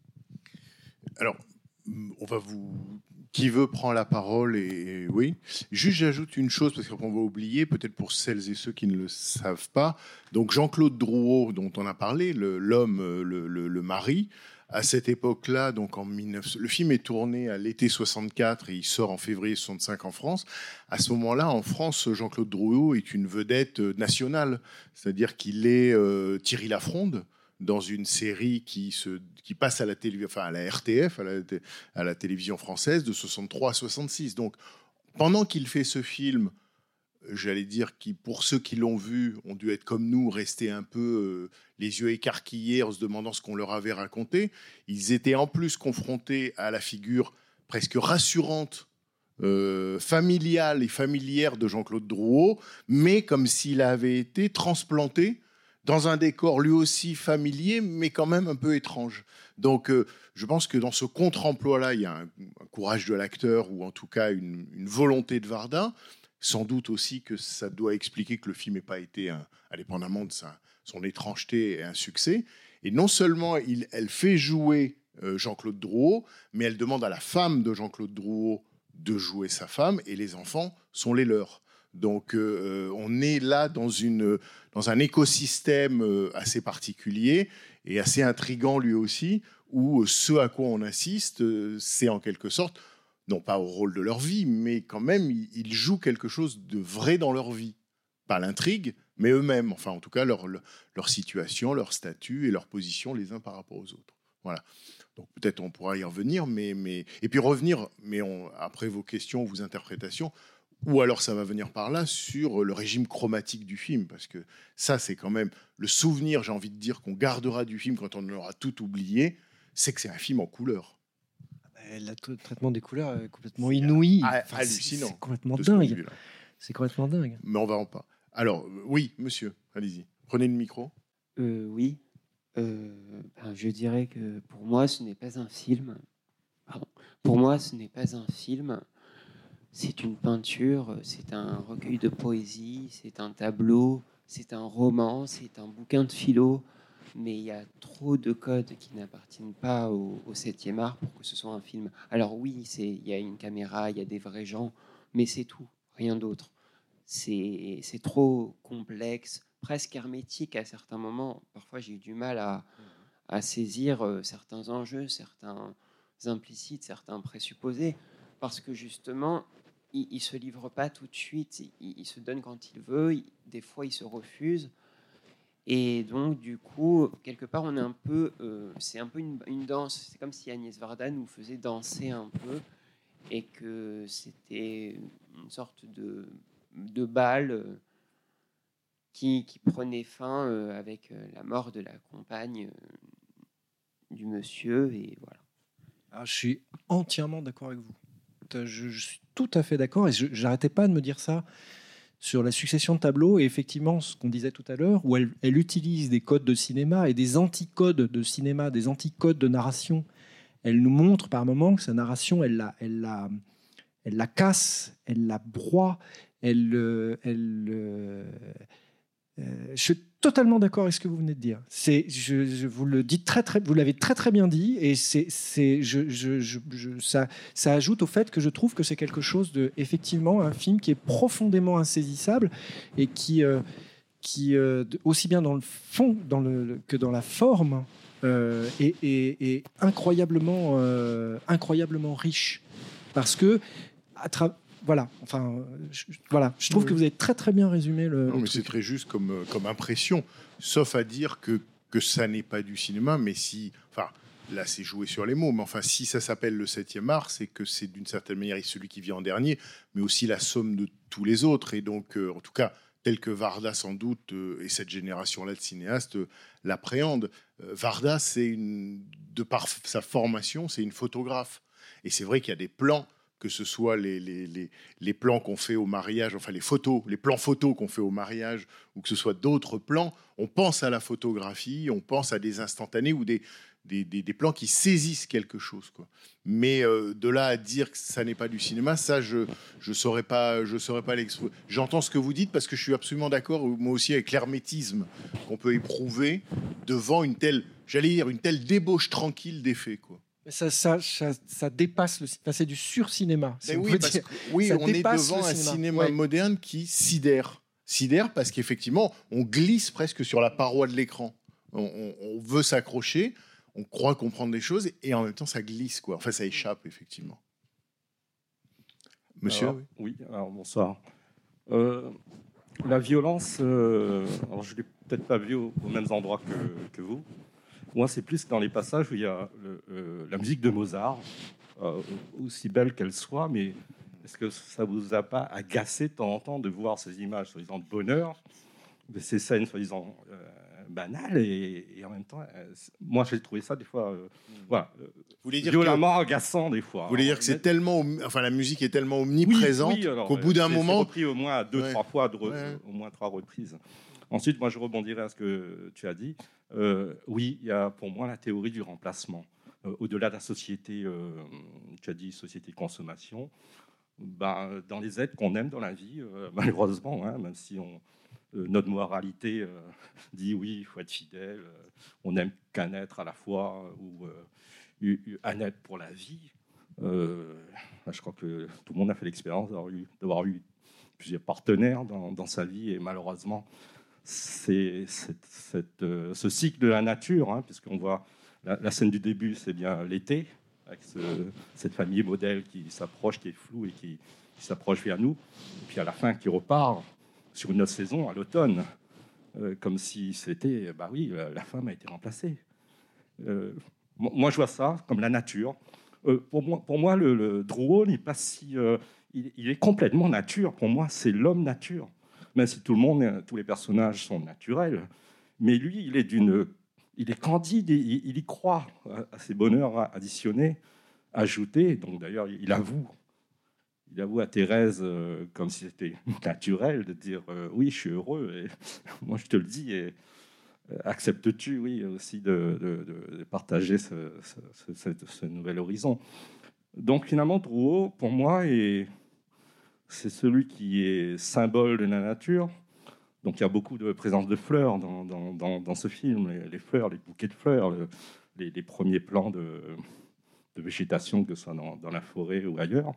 Speaker 3: Alors, on va vous... Qui veut prend la parole et oui. Juste, j'ajoute une chose parce qu'on va oublier, peut-être pour celles et ceux qui ne le savent pas. Donc, Jean-Claude Drouot, dont on a parlé, le, l'homme, le, le, le mari, à cette époque-là, donc en dix-neuf cents, le film est tourné à l'été soixante-quatre et il sort en février soixante-cinq en France. À ce moment-là, en France, Jean-Claude Drouot est une vedette nationale, c'est-à-dire qu'il est euh, Thierry Lafronde dans une série qui, se, qui passe à la, télé, enfin à la R T F, à la, à la télévision française, de soixante-trois à soixante-six. Donc, pendant qu'il fait ce film, j'allais dire qui, pour ceux qui l'ont vu, ont dû être comme nous, restés un peu euh, les yeux écarquillés en se demandant ce qu'on leur avait raconté. Ils étaient en plus confrontés à la figure presque rassurante, euh, familiale et familière de Jean-Claude Drouot, mais comme s'il avait été transplanté dans un décor lui aussi familier, mais quand même un peu étrange. Donc, euh, je pense que dans ce contre-emploi-là, il y a un, un courage de l'acteur, ou en tout cas une, une volonté de Varda. Sans doute aussi que ça doit expliquer que le film n'ait pas été, un, indépendamment de sa, son étrangeté, un succès. Et non seulement il, elle fait jouer euh, Jean-Claude Drouot, mais elle demande à la femme de Jean-Claude Drouot de jouer sa femme, et les enfants sont les leurs. Donc euh, on est là dans, une, dans un écosystème euh, assez particulier et assez intriguant lui aussi, où ce à quoi on assiste, euh, c'est en quelque sorte, non pas au rôle de leur vie, mais quand même, ils, ils jouent quelque chose de vrai dans leur vie. Pas l'intrigue, mais eux-mêmes, enfin en tout cas leur, leur situation, leur statut et leur position les uns par rapport aux autres. Voilà. Donc peut-être on pourra y revenir, mais, mais... et puis revenir, mais on... après vos questions, vos interprétations, ou alors ça va venir par là sur le régime chromatique du film, parce que ça c'est quand même le souvenir, j'ai envie de dire, qu'on gardera du film quand on aura tout oublié, c'est que c'est un film en couleur.
Speaker 5: Le traitement des couleurs est complètement inouï.
Speaker 3: Ah,
Speaker 5: Enfin,
Speaker 3: hallucinant.
Speaker 5: C'est complètement
Speaker 3: de ce point de
Speaker 5: dingue.
Speaker 3: vue-là.
Speaker 5: C'est complètement dingue.
Speaker 3: Mais on va en parler. Alors, euh, oui, monsieur, allez-y. Prenez le micro.
Speaker 6: Euh, oui. Euh, ben, je dirais que pour moi, ce n'est pas un film. Pardon. Pour moi, ce n'est pas un film. C'est une peinture, c'est un recueil de poésie, c'est un tableau, c'est un roman, c'est un bouquin de philo. Mais il y a trop de codes qui n'appartiennent pas au, au septième art pour que ce soit un film. Alors oui, c'est, il y a une caméra, il y a des vrais gens, mais c'est tout, rien d'autre. C'est, c'est trop complexe, presque hermétique à certains moments. Parfois, j'ai eu du mal à, à saisir euh, certains enjeux, certains implicites, certains présupposés, parce que justement, il ne se livre pas tout de suite. Il, il se donne quand il veut. Il, des fois, il se refuse. Et donc, du coup, quelque part, on est un peu, euh, c'est un peu une, une danse. C'est comme si Agnès Varda nous faisait danser un peu, et que c'était une sorte de, de bal euh, qui, qui prenait fin euh, avec euh, la mort de la compagne euh, du monsieur, et voilà.
Speaker 5: Alors, je suis entièrement d'accord avec vous. Je, je suis tout à fait d'accord, et je n'arrêtais pas de me dire ça sur la succession de tableaux, et effectivement, ce qu'on disait tout à l'heure, où elle, elle utilise des codes de cinéma et des anticodes de cinéma, des anticodes de narration. Elle nous montre par moments que sa narration, elle la, elle la, elle la casse, elle la broie, elle... elle euh, je suis totalement d'accord avec ce que vous venez de dire. C'est, je, je vous le dis très, très, vous l'avez très très bien dit, et c'est, c'est, je, je, je, je, ça, ça ajoute au fait que je trouve que c'est quelque chose de, effectivement, un film qui est profondément insaisissable et qui, euh, qui euh, aussi bien dans le fond, dans le, que dans la forme, euh, est, est, est incroyablement, euh, incroyablement riche, parce que à travers Voilà, enfin, je, voilà. Je trouve oui. que vous avez très très bien résumé le.
Speaker 3: Non,
Speaker 5: le
Speaker 3: mais
Speaker 5: truc.
Speaker 3: c'est très juste comme, comme impression, sauf à dire que, que ça n'est pas du cinéma, mais si. Enfin, là, c'est joué sur les mots, mais enfin, si ça s'appelle le septième art, c'est que c'est d'une certaine manière celui qui vient en dernier, mais aussi la somme de tous les autres. Et donc, euh, en tout cas, tel que Varda, sans doute, euh, et cette génération-là de cinéastes euh, l'appréhendent. Euh, Varda, c'est une. De par sa formation, c'est une photographe. Et c'est vrai qu'il y a des plans. Que ce soit les, les, les, les plans qu'on fait au mariage, enfin les photos, les plans photos qu'on fait au mariage, ou que ce soit d'autres plans, on pense à la photographie, on pense à des instantanés ou des, des, des, des plans qui saisissent quelque chose, quoi. Mais euh, de là à dire que ça n'est pas du cinéma, ça, je ne saurais pas, je saurais pas l'exposer. J'entends ce que vous dites parce que je suis absolument d'accord, moi aussi, avec l'hermétisme qu'on peut éprouver devant une telle, j'allais dire, une telle débauche tranquille des faits, quoi.
Speaker 5: Ça, ça, ça, ça dépasse le enfin, c'est du sur-cinéma. Si
Speaker 3: oui, parce que, oui on est devant un cinéma, cinéma ouais. moderne qui sidère. Sidère parce qu'effectivement, on glisse presque sur la paroi de l'écran. On, on, on veut s'accrocher, on croit comprendre des choses, et en même temps, ça glisse, quoi. Enfin, ça échappe, effectivement. Monsieur
Speaker 7: alors, oui. oui, alors bonsoir. Euh, la violence, euh, alors je ne l'ai peut-être pas vue aux, aux mêmes endroits que, que vous. Moi, c'est plus dans les passages où il y a le, euh, la musique de Mozart, euh, aussi belle qu'elle soit, mais est-ce que ça ne vous a pas agacé de temps en temps de voir ces images, soi-disant de bonheur, de ces scènes, soi-disant euh, banales, et, et en même temps, euh, moi, j'ai trouvé ça des fois, euh, mmh. voilà, euh, vous voulez dire violemment que, agaçant des fois.
Speaker 3: Vous voulez dire que c'est tellement, enfin, la musique est tellement omniprésente oui, oui, alors, qu'au bout d'un
Speaker 7: c'est,
Speaker 3: moment,
Speaker 7: c'est repris au moins deux, ouais. trois fois, de,
Speaker 3: ouais.
Speaker 7: au moins trois reprises. Ensuite, moi, je rebondirai à ce que tu as dit. Euh, oui, il y a pour moi la théorie du remplacement. Euh, au-delà de la société, euh, tu as dit société de consommation, ben, dans les êtres qu'on aime dans la vie, euh, malheureusement, hein, même si on, euh, notre moralité euh, dit oui, il faut être fidèle, euh, on n'aime qu'un être à la fois, ou euh, un être pour la vie. Euh, je crois que tout le monde a fait l'expérience d'avoir eu, d'avoir eu plusieurs partenaires dans, dans sa vie, et malheureusement, c'est cette, cette, euh, ce cycle de la nature, hein, puisqu'on voit la, la scène du début, c'est bien l'été, avec ce, cette famille modèle qui s'approche, qui est floue et qui, qui s'approche vers nous, et puis à la fin qui repart sur une autre saison, à l'automne, euh, comme si c'était, bah oui, la, la femme a été remplacée. Euh, Moi, je vois ça comme la nature. Euh, pour moi, pour moi le, le Drouot, il, passe si, euh, il, il est complètement nature. Pour moi, c'est l'homme nature. Même si tout le monde, tous les personnages sont naturels. Mais lui, il est, d'une, il est candide, il, il y croit à, à ses bonheurs additionnés, ajoutés. Donc d'ailleurs, il avoue. Il avoue à Thérèse, euh, comme si c'était naturel, de dire euh, oui, je suis heureux. Et moi, je te le dis. Et euh, acceptes-tu, oui, aussi de, de, de partager ce, ce, ce, ce nouvel horizon. Donc finalement, Drouot, pour moi, est, c'est celui qui est symbole de la nature. Donc il y a beaucoup de présence de fleurs dans, dans, dans, dans ce film, les, les fleurs, les bouquets de fleurs, le, les, les premiers plans de, de végétation, que ce soit dans, dans la forêt ou ailleurs.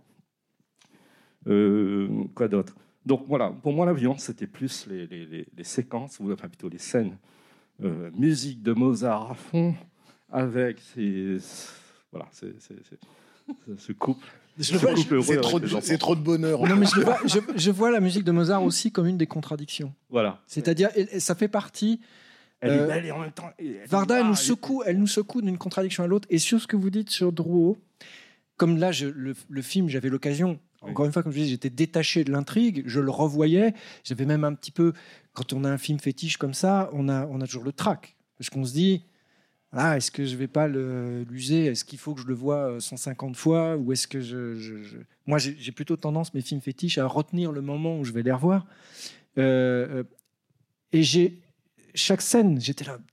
Speaker 7: Euh, quoi d'autre? Donc voilà, pour moi la violence c'était plus les, les, les, les séquences, ou enfin plutôt les scènes, euh, musique de Mozart à fond, avec ces, voilà, c'est, c'est, c'est, ce couple.
Speaker 3: Je vois, je, c'est, trop de, c'est trop de bonheur.
Speaker 5: Non, mais je, vois, je, je vois la musique de Mozart aussi comme une des contradictions.
Speaker 7: Voilà.
Speaker 5: C'est-à-dire, et, et ça fait partie.
Speaker 7: Elle
Speaker 5: euh,
Speaker 7: est belle et en même temps. Elle
Speaker 5: Varda, elle nous
Speaker 7: elle
Speaker 5: secoue, elle nous secoue d'une contradiction à l'autre. Et sur ce que vous dites sur Drouot, comme là, je, le, le film, j'avais l'occasion. Encore une fois, comme je disais, j'étais détaché de l'intrigue, je le revoyais. J'avais même un petit peu, quand on a un film fétiche comme ça, on a, on a toujours le trac. Parce qu'on se dit, ah, est-ce que je ne vais pas le, l'user? Est-ce qu'il faut que je le voie cent cinquante fois? Ou est-ce que je, je, je... Moi, j'ai, j'ai plutôt tendance, mes films fétiches, à retenir le moment où je vais les revoir. Euh, et j'ai, chaque scène, j'étais là.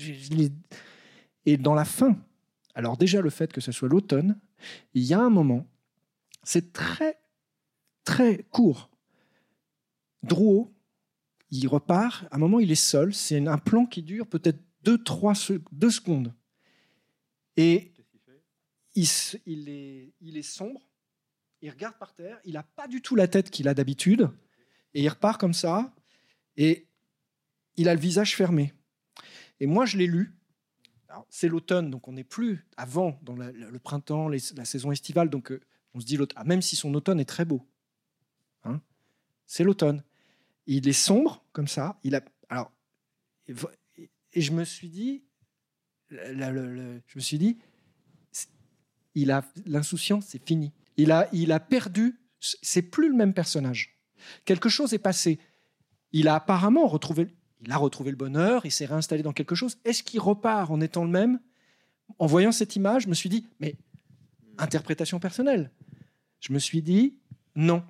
Speaker 5: Et dans la fin, alors déjà, le fait que ce soit l'automne, il y a un moment, c'est très très court. Drouot, il repart. À un moment, il est seul. C'est un plan qui dure peut-être deux, trois, deux secondes. Et il, il, est, il est sombre. Il regarde par terre. Il n'a pas du tout la tête qu'il a d'habitude. Et il repart comme ça. Et il a le visage fermé. Et moi, je l'ai lu. Alors, c'est l'automne, donc on n'est plus avant, dans la, le printemps, les, la saison estivale. Donc, euh, on se dit, l'automne, ah, même si son automne est très beau. Hein, c'est l'automne. Il est sombre comme ça. Il a alors et, et je me suis dit, le, le, le, je me suis dit, il a l'insouciance, c'est fini. Il a, il a perdu. C'est plus le même personnage. Quelque chose est passé. Il a apparemment retrouvé, il a retrouvé le bonheur. Il s'est réinstallé dans quelque chose. Est-ce qu'il repart en étant le même? En voyant cette image, je me suis dit, mais interprétation personnelle. Je me suis dit, non.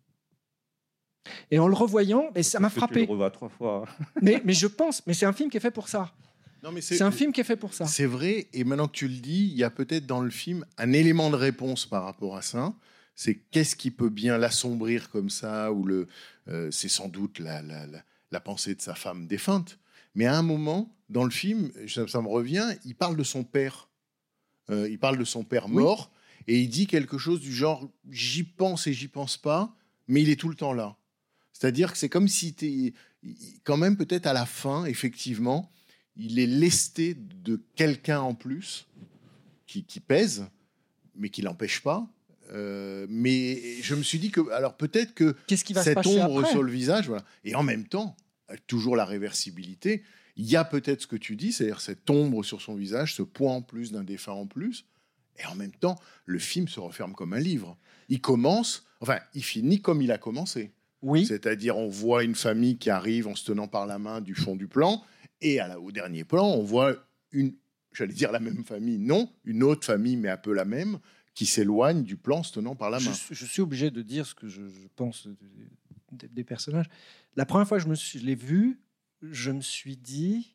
Speaker 5: Et en le revoyant, mais ça m'a frappé.
Speaker 7: Tu le revois trois fois.
Speaker 5: mais, mais je pense, mais c'est un film qui est fait pour ça.
Speaker 3: Non, mais c'est,
Speaker 5: c'est un film qui est fait pour ça.
Speaker 3: C'est vrai, et maintenant que tu le dis, il y a peut-être dans le film un élément de réponse par rapport à ça. C'est qu'est-ce qui peut bien l'assombrir comme ça, ou le, euh, c'est sans doute la, la, la, la pensée de sa femme défunte. Mais à un moment, dans le film, ça, ça me revient, il parle de son père. Euh, il parle de son père mort, oui. Et il dit quelque chose du genre « j'y pense et j'y pense pas, mais il est tout le temps là ». C'est-à-dire que c'est comme si t'es, quand même peut-être à la fin, effectivement, il est lesté de quelqu'un en plus qui, qui pèse, mais qui l'empêche pas. Euh, mais je me suis dit que, alors peut-être que
Speaker 5: Qu'est-ce qui va
Speaker 3: cette
Speaker 5: se passer
Speaker 3: ombre
Speaker 5: après
Speaker 3: sur le visage, voilà. Et en même temps, toujours la réversibilité, il y a peut-être ce que tu dis, c'est-à-dire cette ombre sur son visage, ce poids en plus d'un défunt en plus, et en même temps, le film se referme comme un livre. Il commence, enfin, il finit comme il a commencé.
Speaker 5: Oui.
Speaker 3: C'est-à-dire, on voit une famille qui arrive en se tenant par la main du fond du plan, et à la, au dernier plan, on voit une, j'allais dire la même famille, non, une autre famille, mais un peu la même, qui s'éloigne du plan en se tenant par la main.
Speaker 5: Je, je suis obligé de dire ce que je, je pense des, des personnages. La première fois que je, me suis, je l'ai vu, je me suis dit,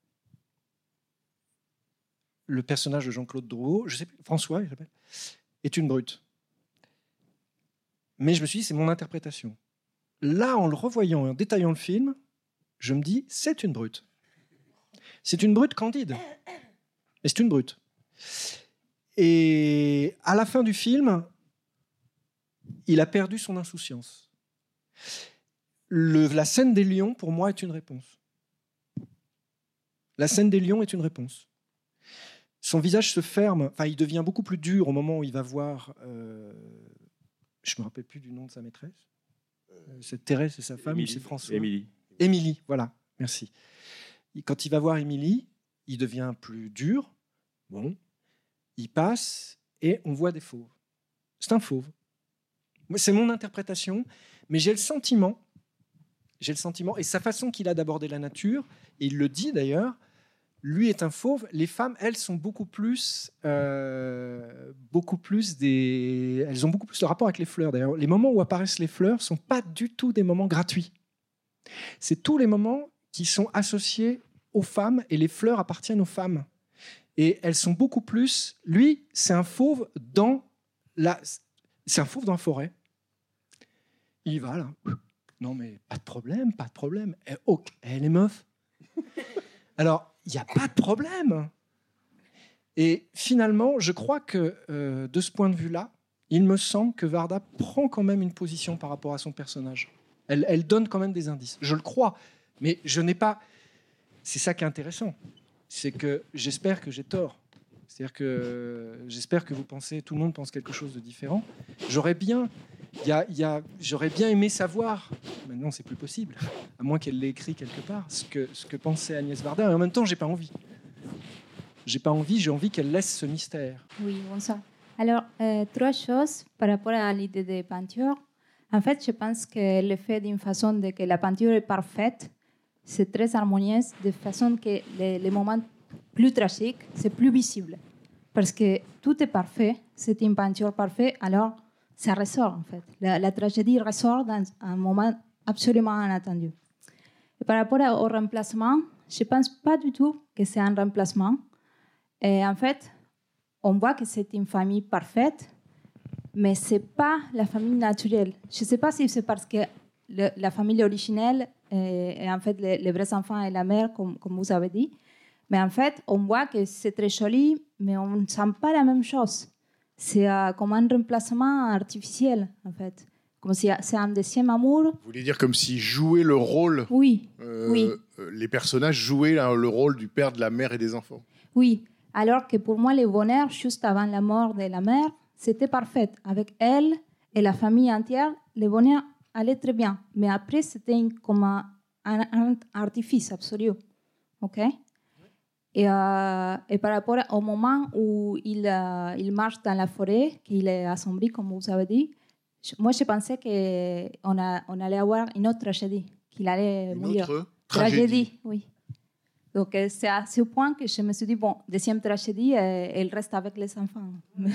Speaker 5: le personnage de Jean-Claude Drouot, je sais plus, François, il s'appelle, est une brute. Mais je me suis dit, c'est mon interprétation. Là, en le revoyant et en détaillant le film, je me dis, c'est une brute. C'est une brute candide. Mais c'est une brute. Et à la fin du film, il a perdu son insouciance. Le, la scène des lions, pour moi, est une réponse. La scène des lions est une réponse. Son visage se ferme, enfin, il devient beaucoup plus dur au moment où il va voir... Euh, je ne me rappelle plus du nom de sa maîtresse. C'est Thérèse, c'est sa femme,
Speaker 7: Émilie,
Speaker 5: c'est François.
Speaker 7: Émilie.
Speaker 5: Émilie, voilà, merci. Quand il va voir Émilie, il devient plus dur, Bon, il passe et on voit des fauves. C'est un fauve. C'est mon interprétation, mais j'ai le sentiment, j'ai le sentiment, et sa façon qu'il a d'aborder la nature, et il le dit d'ailleurs, lui est un fauve. Les femmes, elles, sont beaucoup plus, euh, beaucoup plus des, elles ont beaucoup plus de rapport avec les fleurs. D'ailleurs, les moments où apparaissent les fleurs sont pas du tout des moments gratuits. C'est tous les moments qui sont associés aux femmes, et les fleurs appartiennent aux femmes. Et elles sont beaucoup plus. Lui, c'est un fauve dans la, c'est un fauve dans la forêt. Il va là. Non mais pas de problème, pas de problème. Et, oh, elle est meuf. Alors, il n'y a pas de problème. Et finalement, je crois que euh, de ce point de vue-là, il me semble que Varda prend quand même une position par rapport à son personnage. Elle, elle donne quand même des indices. Je le crois, mais je n'ai pas... C'est ça qui est intéressant. C'est que j'espère que j'ai tort. C'est-à-dire que euh, j'espère que vous pensez, tout le monde pense quelque chose de différent. J'aurais bien... Y a, y a, j'aurais bien aimé savoir, maintenant c'est plus possible, à moins qu'elle l'ait écrit quelque part, ce que, ce que pensait Agnès Varda. Et en même temps, j'ai pas envie. J'ai pas envie, j'ai envie qu'elle laisse ce mystère.
Speaker 8: Oui, bonsoir. Alors, euh, trois choses par rapport à l'idée de peinture. En fait, je pense qu'elle le fait d'une façon de que la peinture est parfaite, c'est très harmonieuse, de façon que les, les moments plus tragiques, c'est plus visible. Parce que tout est parfait, c'est une peinture parfaite, alors ça ressort en fait. La, la tragédie ressort dans un moment absolument inattendu. Et par rapport au remplacement, je ne pense pas du tout que c'est un remplacement. Et en fait, on voit que c'est une famille parfaite, mais ce n'est pas la famille naturelle. Je ne sais pas si c'est parce que le, la famille originelle est, est en fait les, les vrais enfants et la mère, comme, comme vous avez dit. Mais en fait, on voit que c'est très joli, mais on ne sent pas la même chose. C'est euh, comme un remplacement artificiel, en fait. Comme si c'est un deuxième amour.
Speaker 3: Vous voulez dire comme si jouaient le rôle...
Speaker 8: Oui,
Speaker 3: euh,
Speaker 8: oui.
Speaker 3: Les personnages jouaient là, le rôle du père, de la mère et des enfants.
Speaker 8: Oui, alors que pour moi, le bonheur, juste avant la mort de la mère, c'était parfait. Avec elle et la famille entière, le bonheur allait très bien. Mais après, c'était une, comme un, un, un artifice absolu. OK? Et, euh, et par rapport au moment où il, euh, il marche dans la forêt, qu'il est assombri, comme vous avez dit, je, moi, je pensais qu'on on allait avoir une autre tragédie, qu'il allait
Speaker 3: Une
Speaker 8: mourir.
Speaker 3: autre tragédie. tragédie,
Speaker 8: oui. Donc, c'est à ce point que je me suis dit, bon, deuxième tragédie, elle reste avec les enfants.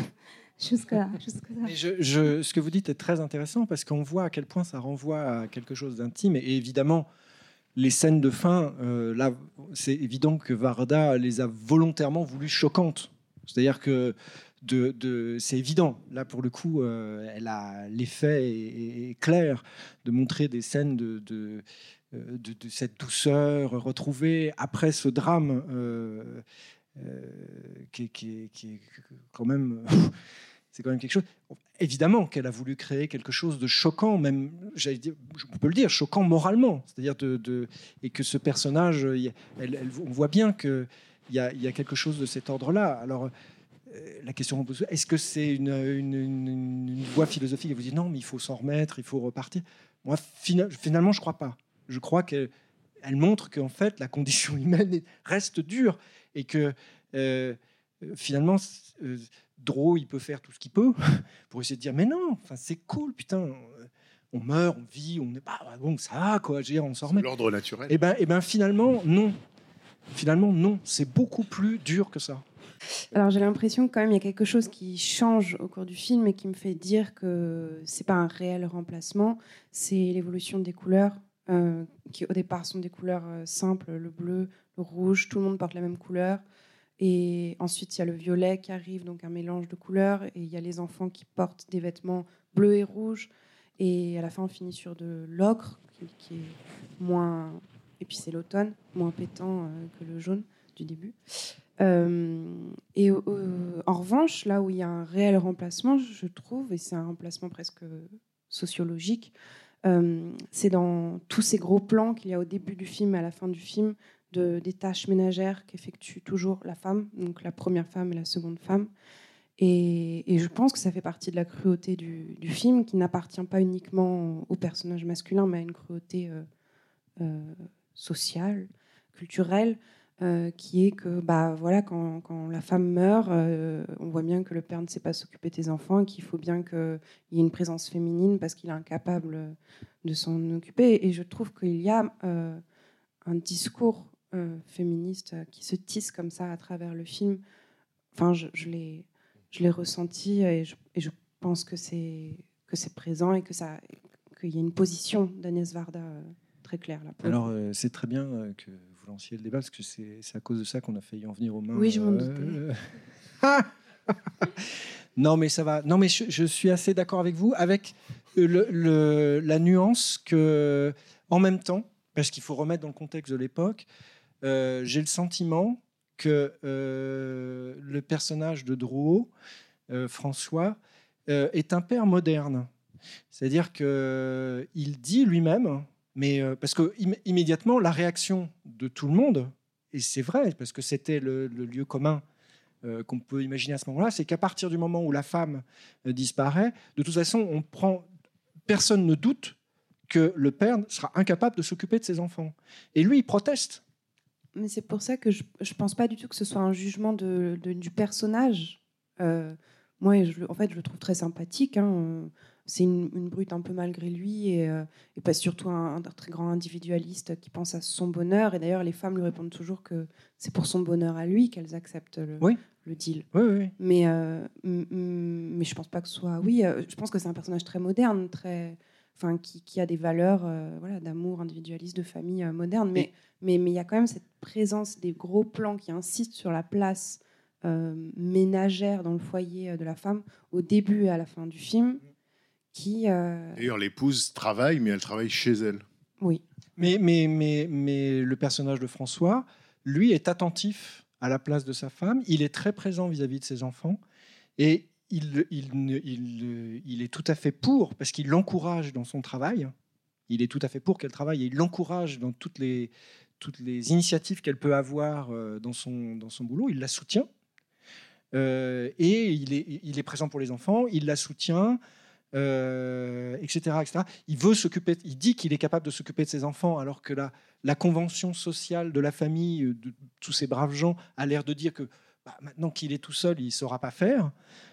Speaker 8: Jusqu'à, jusqu'à ça.
Speaker 5: Mais je, je, ce que vous dites est très intéressant parce qu'on voit à quel point ça renvoie à quelque chose d'intime. Et évidemment, les scènes de fin, euh, là, c'est évident que Varda les a volontairement voulues choquantes. C'est-à-dire que de, de, c'est évident. Là, pour le coup, euh, elle a l'effet est, est clair de montrer des scènes de, de, de, de cette douceur retrouvée après ce drame euh, euh, qui, qui, qui est quand même... C'est quand même quelque chose. Évidemment qu'elle a voulu créer quelque chose de choquant, même, j'allais dire, on peut le dire, choquant moralement. C'est-à-dire de, de et que ce personnage, elle, elle, on voit bien qu'il y a, il y a quelque chose de cet ordre-là. Alors, euh, la question, est-ce que c'est une, une, une, une voie philosophique et vous dites non, mais il faut s'en remettre, il faut repartir. Moi, finalement, je ne crois pas. Je crois qu'elle elle montre qu'en fait, la condition humaine reste dure et que euh, finalement. Euh, Draw, il peut faire tout ce qu'il peut pour essayer de dire mais non, enfin c'est cool, putain, on meurt, on vit, on n'est pas bon, ça va quoi, je veux dire, on s'en remet.
Speaker 3: L'ordre naturel.
Speaker 5: Et ben, et ben finalement non, finalement non, c'est beaucoup plus dur que ça.
Speaker 9: Alors j'ai l'impression que quand même il y a quelque chose qui change au cours du film et qui me fait dire que c'est pas un réel remplacement, c'est l'évolution des couleurs euh, qui au départ sont des couleurs euh, simples, le bleu, le rouge, tout le monde porte la même couleur. Et ensuite, il y a le violet qui arrive, donc un mélange de couleurs. Et il y a les enfants qui portent des vêtements bleus et rouges. Et à la fin, on finit sur de l'ocre, qui, qui est moins... Et puis c'est l'automne, moins pétant euh, que le jaune du début. Euh, et euh, en revanche, là où il y a un réel remplacement, je trouve, et c'est un remplacement presque sociologique, euh, c'est dans tous ces gros plans qu'il y a au début du film et à la fin du film, De, des tâches ménagères qu'effectue toujours la femme, donc la première femme et la seconde femme. Et, et je pense que ça fait partie de la cruauté du, du film, qui n'appartient pas uniquement au personnage masculin, mais à une cruauté euh, euh, sociale, culturelle. euh, qui est que bah, voilà, quand, quand la femme meurt, euh, on voit bien que le père ne sait pas s'occuper de ses enfants et qu'il faut bien qu'il y ait une présence féminine parce qu'il est incapable de s'en occuper. Et je trouve qu'il y a euh, un discours euh, féministe qui se tisse comme ça à travers le film. Enfin, je, je l'ai, je l'ai ressenti et je, et je pense que c'est, que c'est présent et que ça, qu'il y a une position d'Agnès Varda euh, très claire là.
Speaker 5: Alors, euh, c'est très bien euh, que vous lanciez le débat, parce que c'est, c'est à cause de ça qu'on a failli en venir aux mains.
Speaker 9: Oui, je m'en
Speaker 5: euh... doutais. Non, mais ça va. Non, mais je, je suis assez d'accord avec vous, avec le, le, la nuance que, en même temps, parce qu'il faut remettre dans le contexte de l'époque, euh, j'ai le sentiment que euh, le personnage de Drouot, euh, François, euh, est un père moderne. C'est-à-dire qu'il dit lui-même, mais euh, parce que im- immédiatement la réaction de tout le monde, et c'est vrai parce que c'était le, le lieu commun euh, qu'on peut imaginer à ce moment-là, c'est qu'à partir du moment où la femme euh, disparaît, de toute façon, on prend, personne ne doute que le père sera incapable de s'occuper de ses enfants. Et lui, il proteste.
Speaker 9: Mais c'est pour ça que je ne pense pas du tout que ce soit un jugement de, de, du personnage. Euh, moi, je, en fait, je le trouve très sympathique. Hein. C'est une, une brute un peu malgré lui et, euh, et pas surtout un, un très grand individualiste qui pense à son bonheur. Et d'ailleurs, les femmes lui répondent toujours que c'est pour son bonheur à lui qu'elles acceptent le,
Speaker 5: oui.
Speaker 9: le deal.
Speaker 5: Oui, oui, oui.
Speaker 9: Mais, euh, m- m- mais je pense pas que ce soit... Oui, euh, je pense que c'est un personnage très moderne, très... Enfin, qui, qui a des valeurs euh, voilà, d'amour individualiste, de famille euh, moderne. Mais mais mais il y a quand même cette présence des gros plans qui insistent sur la place euh, ménagère dans le foyer euh, de la femme au début et à la fin du film. Qui, euh...
Speaker 3: D'ailleurs, l'épouse travaille, mais elle travaille chez elle.
Speaker 9: Oui.
Speaker 5: Mais, mais, mais, mais le personnage de François, lui, est attentif à la place de sa femme. Il est très présent vis-à-vis de ses enfants. Et il, il, il, il, il est tout à fait pour, parce qu'il l'encourage dans son travail. Il est tout à fait pour qu'elle travaille et il l'encourage dans toutes les, toutes les initiatives qu'elle peut avoir dans son, dans son boulot. Il la soutient. Euh, et il est, il est présent pour les enfants. Il la soutient. Euh, et cetera, et cetera. Il veut s'occuper. Il dit qu'il est capable de s'occuper de ses enfants, alors que la, la convention sociale de la famille, de tous ces braves gens, a l'air de dire que bah, maintenant qu'il est tout seul, il ne saura pas faire.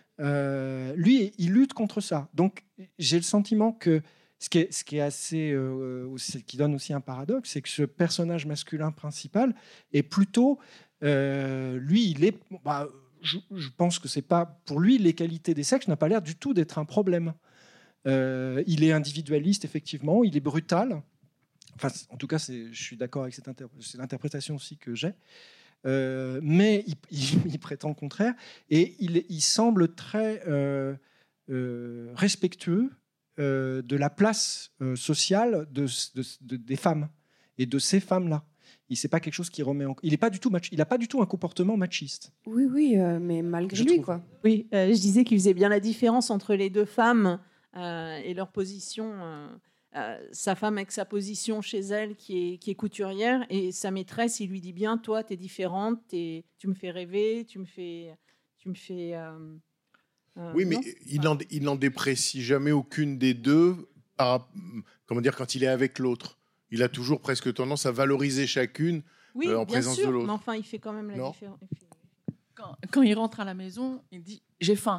Speaker 5: Euh, lui, il lutte contre ça. Donc, j'ai le sentiment que ce qui est, ce qui est assez, euh, aussi, qui donne aussi un paradoxe, c'est que ce personnage masculin principal est plutôt, euh, lui, il est. Bah, je, je pense que c'est pas pour lui les qualités des sexes n'a pas l'air du tout d'être un problème. Euh, il est individualiste, effectivement, il est brutal. Enfin, en tout cas, c'est, je suis d'accord avec cette interp- c'est l'interprétation aussi que j'ai. Euh, mais il, il, il prétend le contraire. Et il, il semble très euh, euh, respectueux euh, de la place euh, sociale de, de, de, des femmes et de ces femmes-là. Il c'est pas quelque chose qui remet en... Il n'a pas du tout mach... il a pas du tout un comportement machiste.
Speaker 9: Oui, oui, euh, mais malgré
Speaker 5: Je
Speaker 9: lui,
Speaker 5: trouve.
Speaker 9: quoi.
Speaker 10: Oui, euh, je disais qu'il faisait bien la différence entre les deux femmes euh, et leur position. Euh, euh, sa femme avec sa position chez elle, qui est, qui est couturière, et sa maîtresse, il lui dit bien, toi, t'es différente, t'es, tu me fais rêver, tu me fais... Tu me fais euh, euh,
Speaker 3: oui, mais
Speaker 10: non
Speaker 3: il n'en il n'en déprécie jamais aucune des deux, par, comment dire, quand il est avec l'autre. Il a toujours presque tendance à valoriser chacune
Speaker 10: oui,
Speaker 3: euh, en
Speaker 10: bien
Speaker 3: présence
Speaker 10: sûr,
Speaker 3: de l'autre.
Speaker 10: mais enfin, il fait quand même la
Speaker 3: Non.
Speaker 10: différence.
Speaker 11: Quand, quand il rentre à la maison, il dit « j'ai faim ».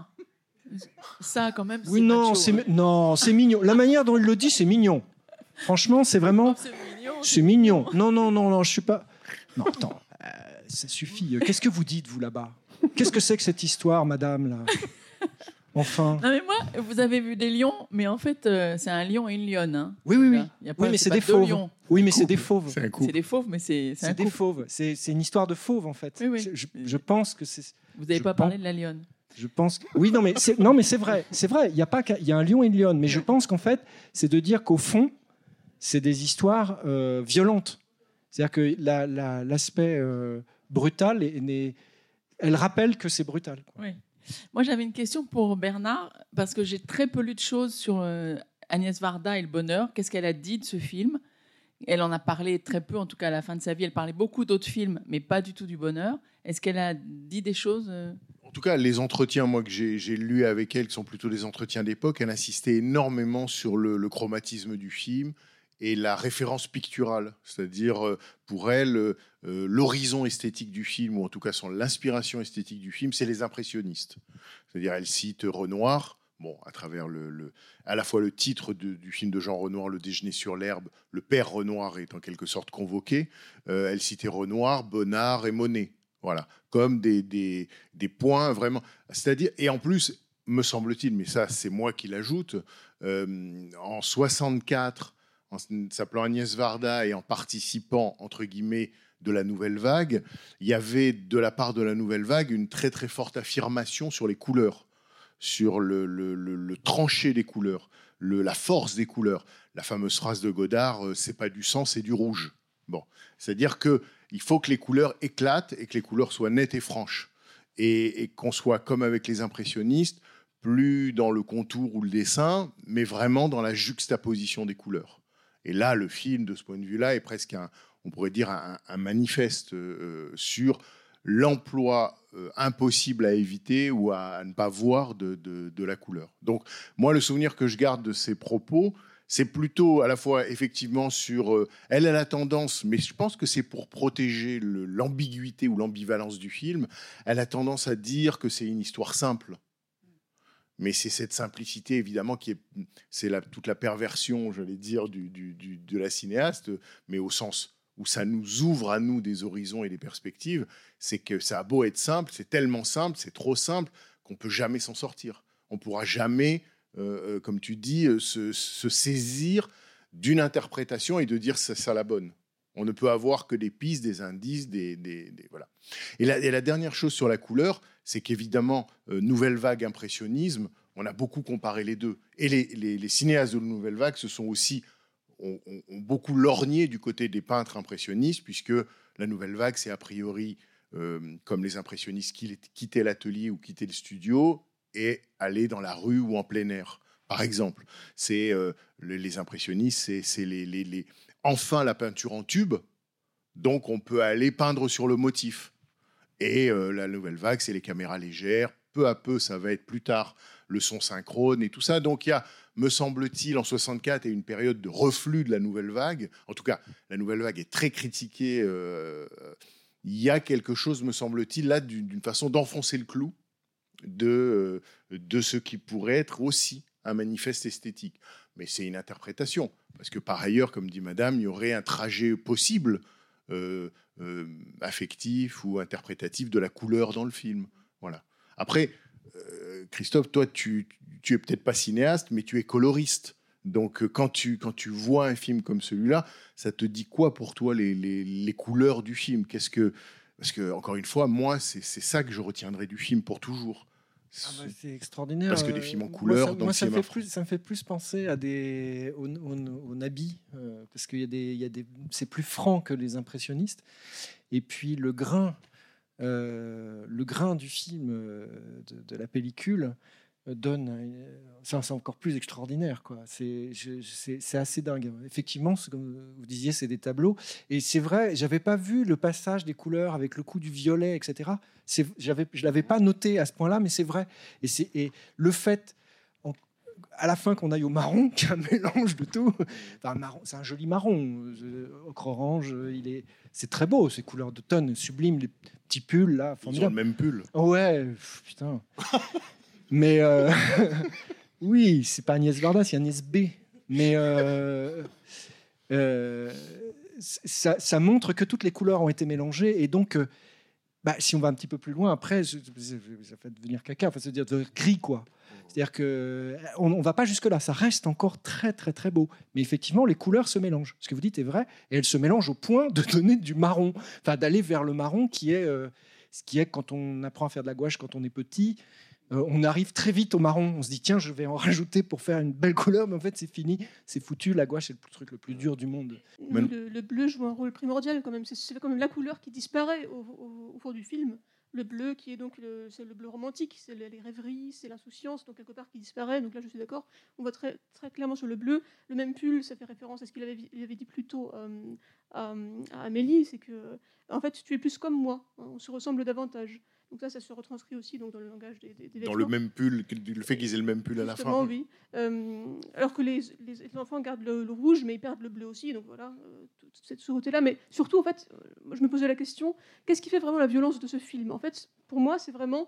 Speaker 11: Ça, quand même,
Speaker 5: Oui,
Speaker 11: c'est
Speaker 5: non,
Speaker 11: macho,
Speaker 5: c'est,
Speaker 11: hein.
Speaker 5: non, c'est mignon. La manière dont il le dit, c'est mignon. Franchement, c'est vraiment...
Speaker 11: C'est mignon.
Speaker 5: C'est mignon. Non, non, non, non, je suis pas... Non, attends, euh, ça suffit. Qu'est-ce que vous dites, vous, là-bas ? Qu'est-ce que c'est que cette histoire, madame, là ? Enfin...
Speaker 11: Non, mais moi, vous avez vu des lions, mais en fait, euh, c'est un lion et une lionne. Hein.
Speaker 5: Oui, oui, oui.
Speaker 11: Il y a pas-
Speaker 5: Oui, mais
Speaker 11: c'est
Speaker 5: c'est
Speaker 11: pas
Speaker 5: des
Speaker 11: deux
Speaker 5: fauves.
Speaker 11: lions.
Speaker 5: Oui, mais c'est des fauves.
Speaker 3: C'est un coup.
Speaker 11: C'est des fauves, mais c'est, c'est,
Speaker 5: C'est
Speaker 11: un
Speaker 5: des
Speaker 11: couple.
Speaker 5: fauves. C'est, c'est une histoire de fauves, en fait.
Speaker 11: Oui, oui.
Speaker 5: Je, je pense que c'est...
Speaker 11: Vous n'avez
Speaker 5: Je
Speaker 11: pas
Speaker 5: pense-
Speaker 11: parlé de la lionne.
Speaker 5: Je pense que... Oui, non, mais c'est, non, mais c'est vrai. C'est vrai. Il y a pas qu'à- il y a un lion et une lionne. Mais je pense qu'en fait, c'est de dire qu'au fond, c'est des histoires euh, violentes. C'est-à-dire que la, la, l'aspect euh, brutal, est, n'est- elle rappelle que c'est brutal, quoi.
Speaker 11: Oui. Moi, j'avais une question pour Bernard, parce que j'ai très peu lu de choses sur euh, Agnès Varda et le bonheur. Qu'est-ce qu'elle a dit de ce film ? Elle en a parlé très peu, en tout cas à la fin de sa vie. Elle parlait beaucoup d'autres films, mais pas du tout du bonheur. Est-ce qu'elle a dit des choses euh...
Speaker 3: En tout cas, les entretiens, moi, que j'ai, j'ai lus avec elle, qui sont plutôt des entretiens d'époque, elle insistait énormément sur le, le chromatisme du film et la référence picturale, c'est-à-dire euh, pour elle, euh, l'horizon esthétique du film, ou en tout cas son, l'inspiration esthétique du film, c'est les impressionnistes. C'est-à-dire elle cite Renoir, bon, à travers le, le, à la fois le titre de, du film de Jean Renoir, Le déjeuner sur l'herbe, le père Renoir est en quelque sorte convoqué, euh, elle citait Renoir, Bonnard et Monet, voilà, comme des, des, des points vraiment, c'est-à-dire, et en plus, me semble-t-il, mais ça c'est moi qui l'ajoute, euh, en soixante-quatre, en s'appelant Agnès Varda et en participant, entre guillemets, de la Nouvelle Vague, il y avait de la part de la Nouvelle Vague une très très forte affirmation sur les couleurs, sur le, le, le, le tranché des couleurs, le, la force des couleurs. La fameuse phrase de Godard, euh, c'est pas du sang, c'est du rouge. Bon, c'est-à-dire qu'il faut que les couleurs éclatent et que les couleurs soient nettes et franches. Et, et qu'on soit comme avec les impressionnistes, plus dans le contour ou le dessin, mais vraiment dans la juxtaposition des couleurs. Et là, le film, de ce point de vue-là, est presque, un, on pourrait dire, un, un manifeste euh, sur l'emploi euh, impossible à éviter ou à, à ne pas voir de, de, de la couleur. Donc, moi, le souvenir que je garde de ces propos, c'est plutôt à la fois, effectivement, sur... Euh, elle a la tendance, mais je pense que c'est pour protéger le, l'ambiguïté ou l'ambivalence du film, elle a tendance à dire que c'est une histoire simple. Mais c'est cette simplicité, évidemment, qui est, c'est la, toute la perversion, j'allais dire, du, du, du, de la cinéaste, mais au sens où ça nous ouvre à nous des horizons et des perspectives, c'est que ça a beau être simple, c'est tellement simple, c'est trop simple, qu'on ne peut jamais s'en sortir. On ne pourra jamais, euh, comme tu dis, se, se saisir d'une interprétation et de dire c'est ça la bonne. On ne peut avoir que des pistes, des indices, des... des, des voilà. Et la, et la dernière chose sur la couleur, c'est qu'évidemment, euh, Nouvelle Vague, impressionnisme, on a beaucoup comparé les deux. Et les, les, les cinéastes de la Nouvelle Vague se sont aussi ont, ont, ont beaucoup lorgné du côté des peintres impressionnistes, puisque la Nouvelle Vague, c'est a priori, euh, comme les impressionnistes qui quittaient l'atelier ou quittaient le studio et allaient dans la rue ou en plein air. Par exemple, c'est euh, les, les impressionnistes, c'est, c'est les, les, les... enfin la peinture en tube, donc on peut aller peindre sur le motif. Et euh, la Nouvelle Vague, c'est les caméras légères. Peu à peu, ça va être plus tard le son synchrone et tout ça. Donc il y a, me semble-t-il, en soixante-quatre, une période de reflux de la Nouvelle Vague. En tout cas, la Nouvelle Vague est très critiquée. Euh, il y a quelque chose, me semble-t-il, là, d'une, d'une façon d'enfoncer le clou de, de ce qui pourrait être aussi un manifeste esthétique. Mais c'est une interprétation. Parce que par ailleurs, comme dit Madame, il y aurait un trajet possible euh, euh, affectif ou interprétatif de la couleur dans le film. Voilà. Après, euh, Christophe, toi, tu, tu es peut-être pas cinéaste, mais tu es coloriste. Donc, quand tu, quand tu vois un film comme celui-là, ça te dit quoi pour toi, les, les, les couleurs du film ? Qu'est-ce que... Parce que, encore une fois, moi, c'est, c'est ça que je retiendrai du film pour toujours.
Speaker 5: Ah bah c'est extraordinaire.
Speaker 3: Parce que des films en couleur,
Speaker 5: moi, ça,
Speaker 3: dans
Speaker 5: moi,
Speaker 3: le
Speaker 5: ça, me
Speaker 3: cinéma
Speaker 5: fait plus, ça me fait plus penser à des, au, au, au Nabi, euh, parce qu'il y a des, il y a des, c'est plus franc que les impressionnistes. Et puis le grain, euh, le grain du film, euh, de, de la pellicule, euh, donne, euh, ça, c'est encore plus extraordinaire, quoi. C'est, je, c'est, c'est assez dingue. Effectivement, c'est comme vous disiez, c'est des tableaux. Et c'est vrai, j'avais pas vu le passage des couleurs avec le coup du violet, et cetera. C'est, j'avais, je l'avais pas noté à ce point-là, mais c'est vrai. Et, c'est, et le fait, en, à la fin, qu'on aille au marron, qui est un mélange de tout. Enfin, marron, c'est un joli marron, euh, ocre orange. Il est, c'est très beau, ces couleurs d'automne sublimes, les petits pulls là.
Speaker 3: Ils ont le même pull.
Speaker 5: Ouais, pff, putain. Mais euh, oui, c'est pas Agnès Varda, c'est Agnès B. Mais euh, euh, ça, ça montre que toutes les couleurs ont été mélangées et donc. Euh, Bah, si on va un petit peu plus loin, après, ça fait devenir caca, enfin, c'est-à-dire de gris, quoi. C'est-à-dire qu'on ne va pas jusque-là, ça reste encore très, très, très beau. Mais effectivement, les couleurs se mélangent. Ce que vous dites est vrai, et elles se mélangent au point de donner du marron, enfin, d'aller vers le marron qui est, euh, ce qui est quand on apprend à faire de la gouache quand on est petit. Euh, on arrive très vite au marron. On se dit, tiens, je vais en rajouter pour faire une belle couleur, mais en fait, c'est fini, c'est foutu. La gouache, c'est le truc le plus dur du monde.
Speaker 12: Le, le bleu joue un rôle primordial quand même. C'est, c'est quand même la couleur qui disparaît au, au, au fond du film. le bleu qui est donc le, c'est le bleu romantique, c'est les rêveries, c'est l'insouciance, donc quelque part qui disparaît. Donc là, je suis d'accord. On voit très, très clairement sur le bleu. Le même pull, ça fait référence à ce qu'il avait, il avait dit plus tôt euh, à, à Amélie, c'est que, en fait, tu es plus comme moi. Hein, on se ressemble davantage. Donc ça, ça se retranscrit aussi donc, dans le langage des, des, des vêtements.
Speaker 3: Dans le même pull, le fait qu'ils aient le même pull à la
Speaker 12: Justement,
Speaker 3: fin.
Speaker 12: oui. Euh, alors que les, les, les enfants gardent le, le rouge, mais ils perdent le bleu aussi. Donc voilà, euh, tout, tout ce côté-là. Mais surtout, en fait, euh, je me posais la question, qu'est-ce qui fait vraiment la violence de ce film? En fait, pour moi, c'est vraiment...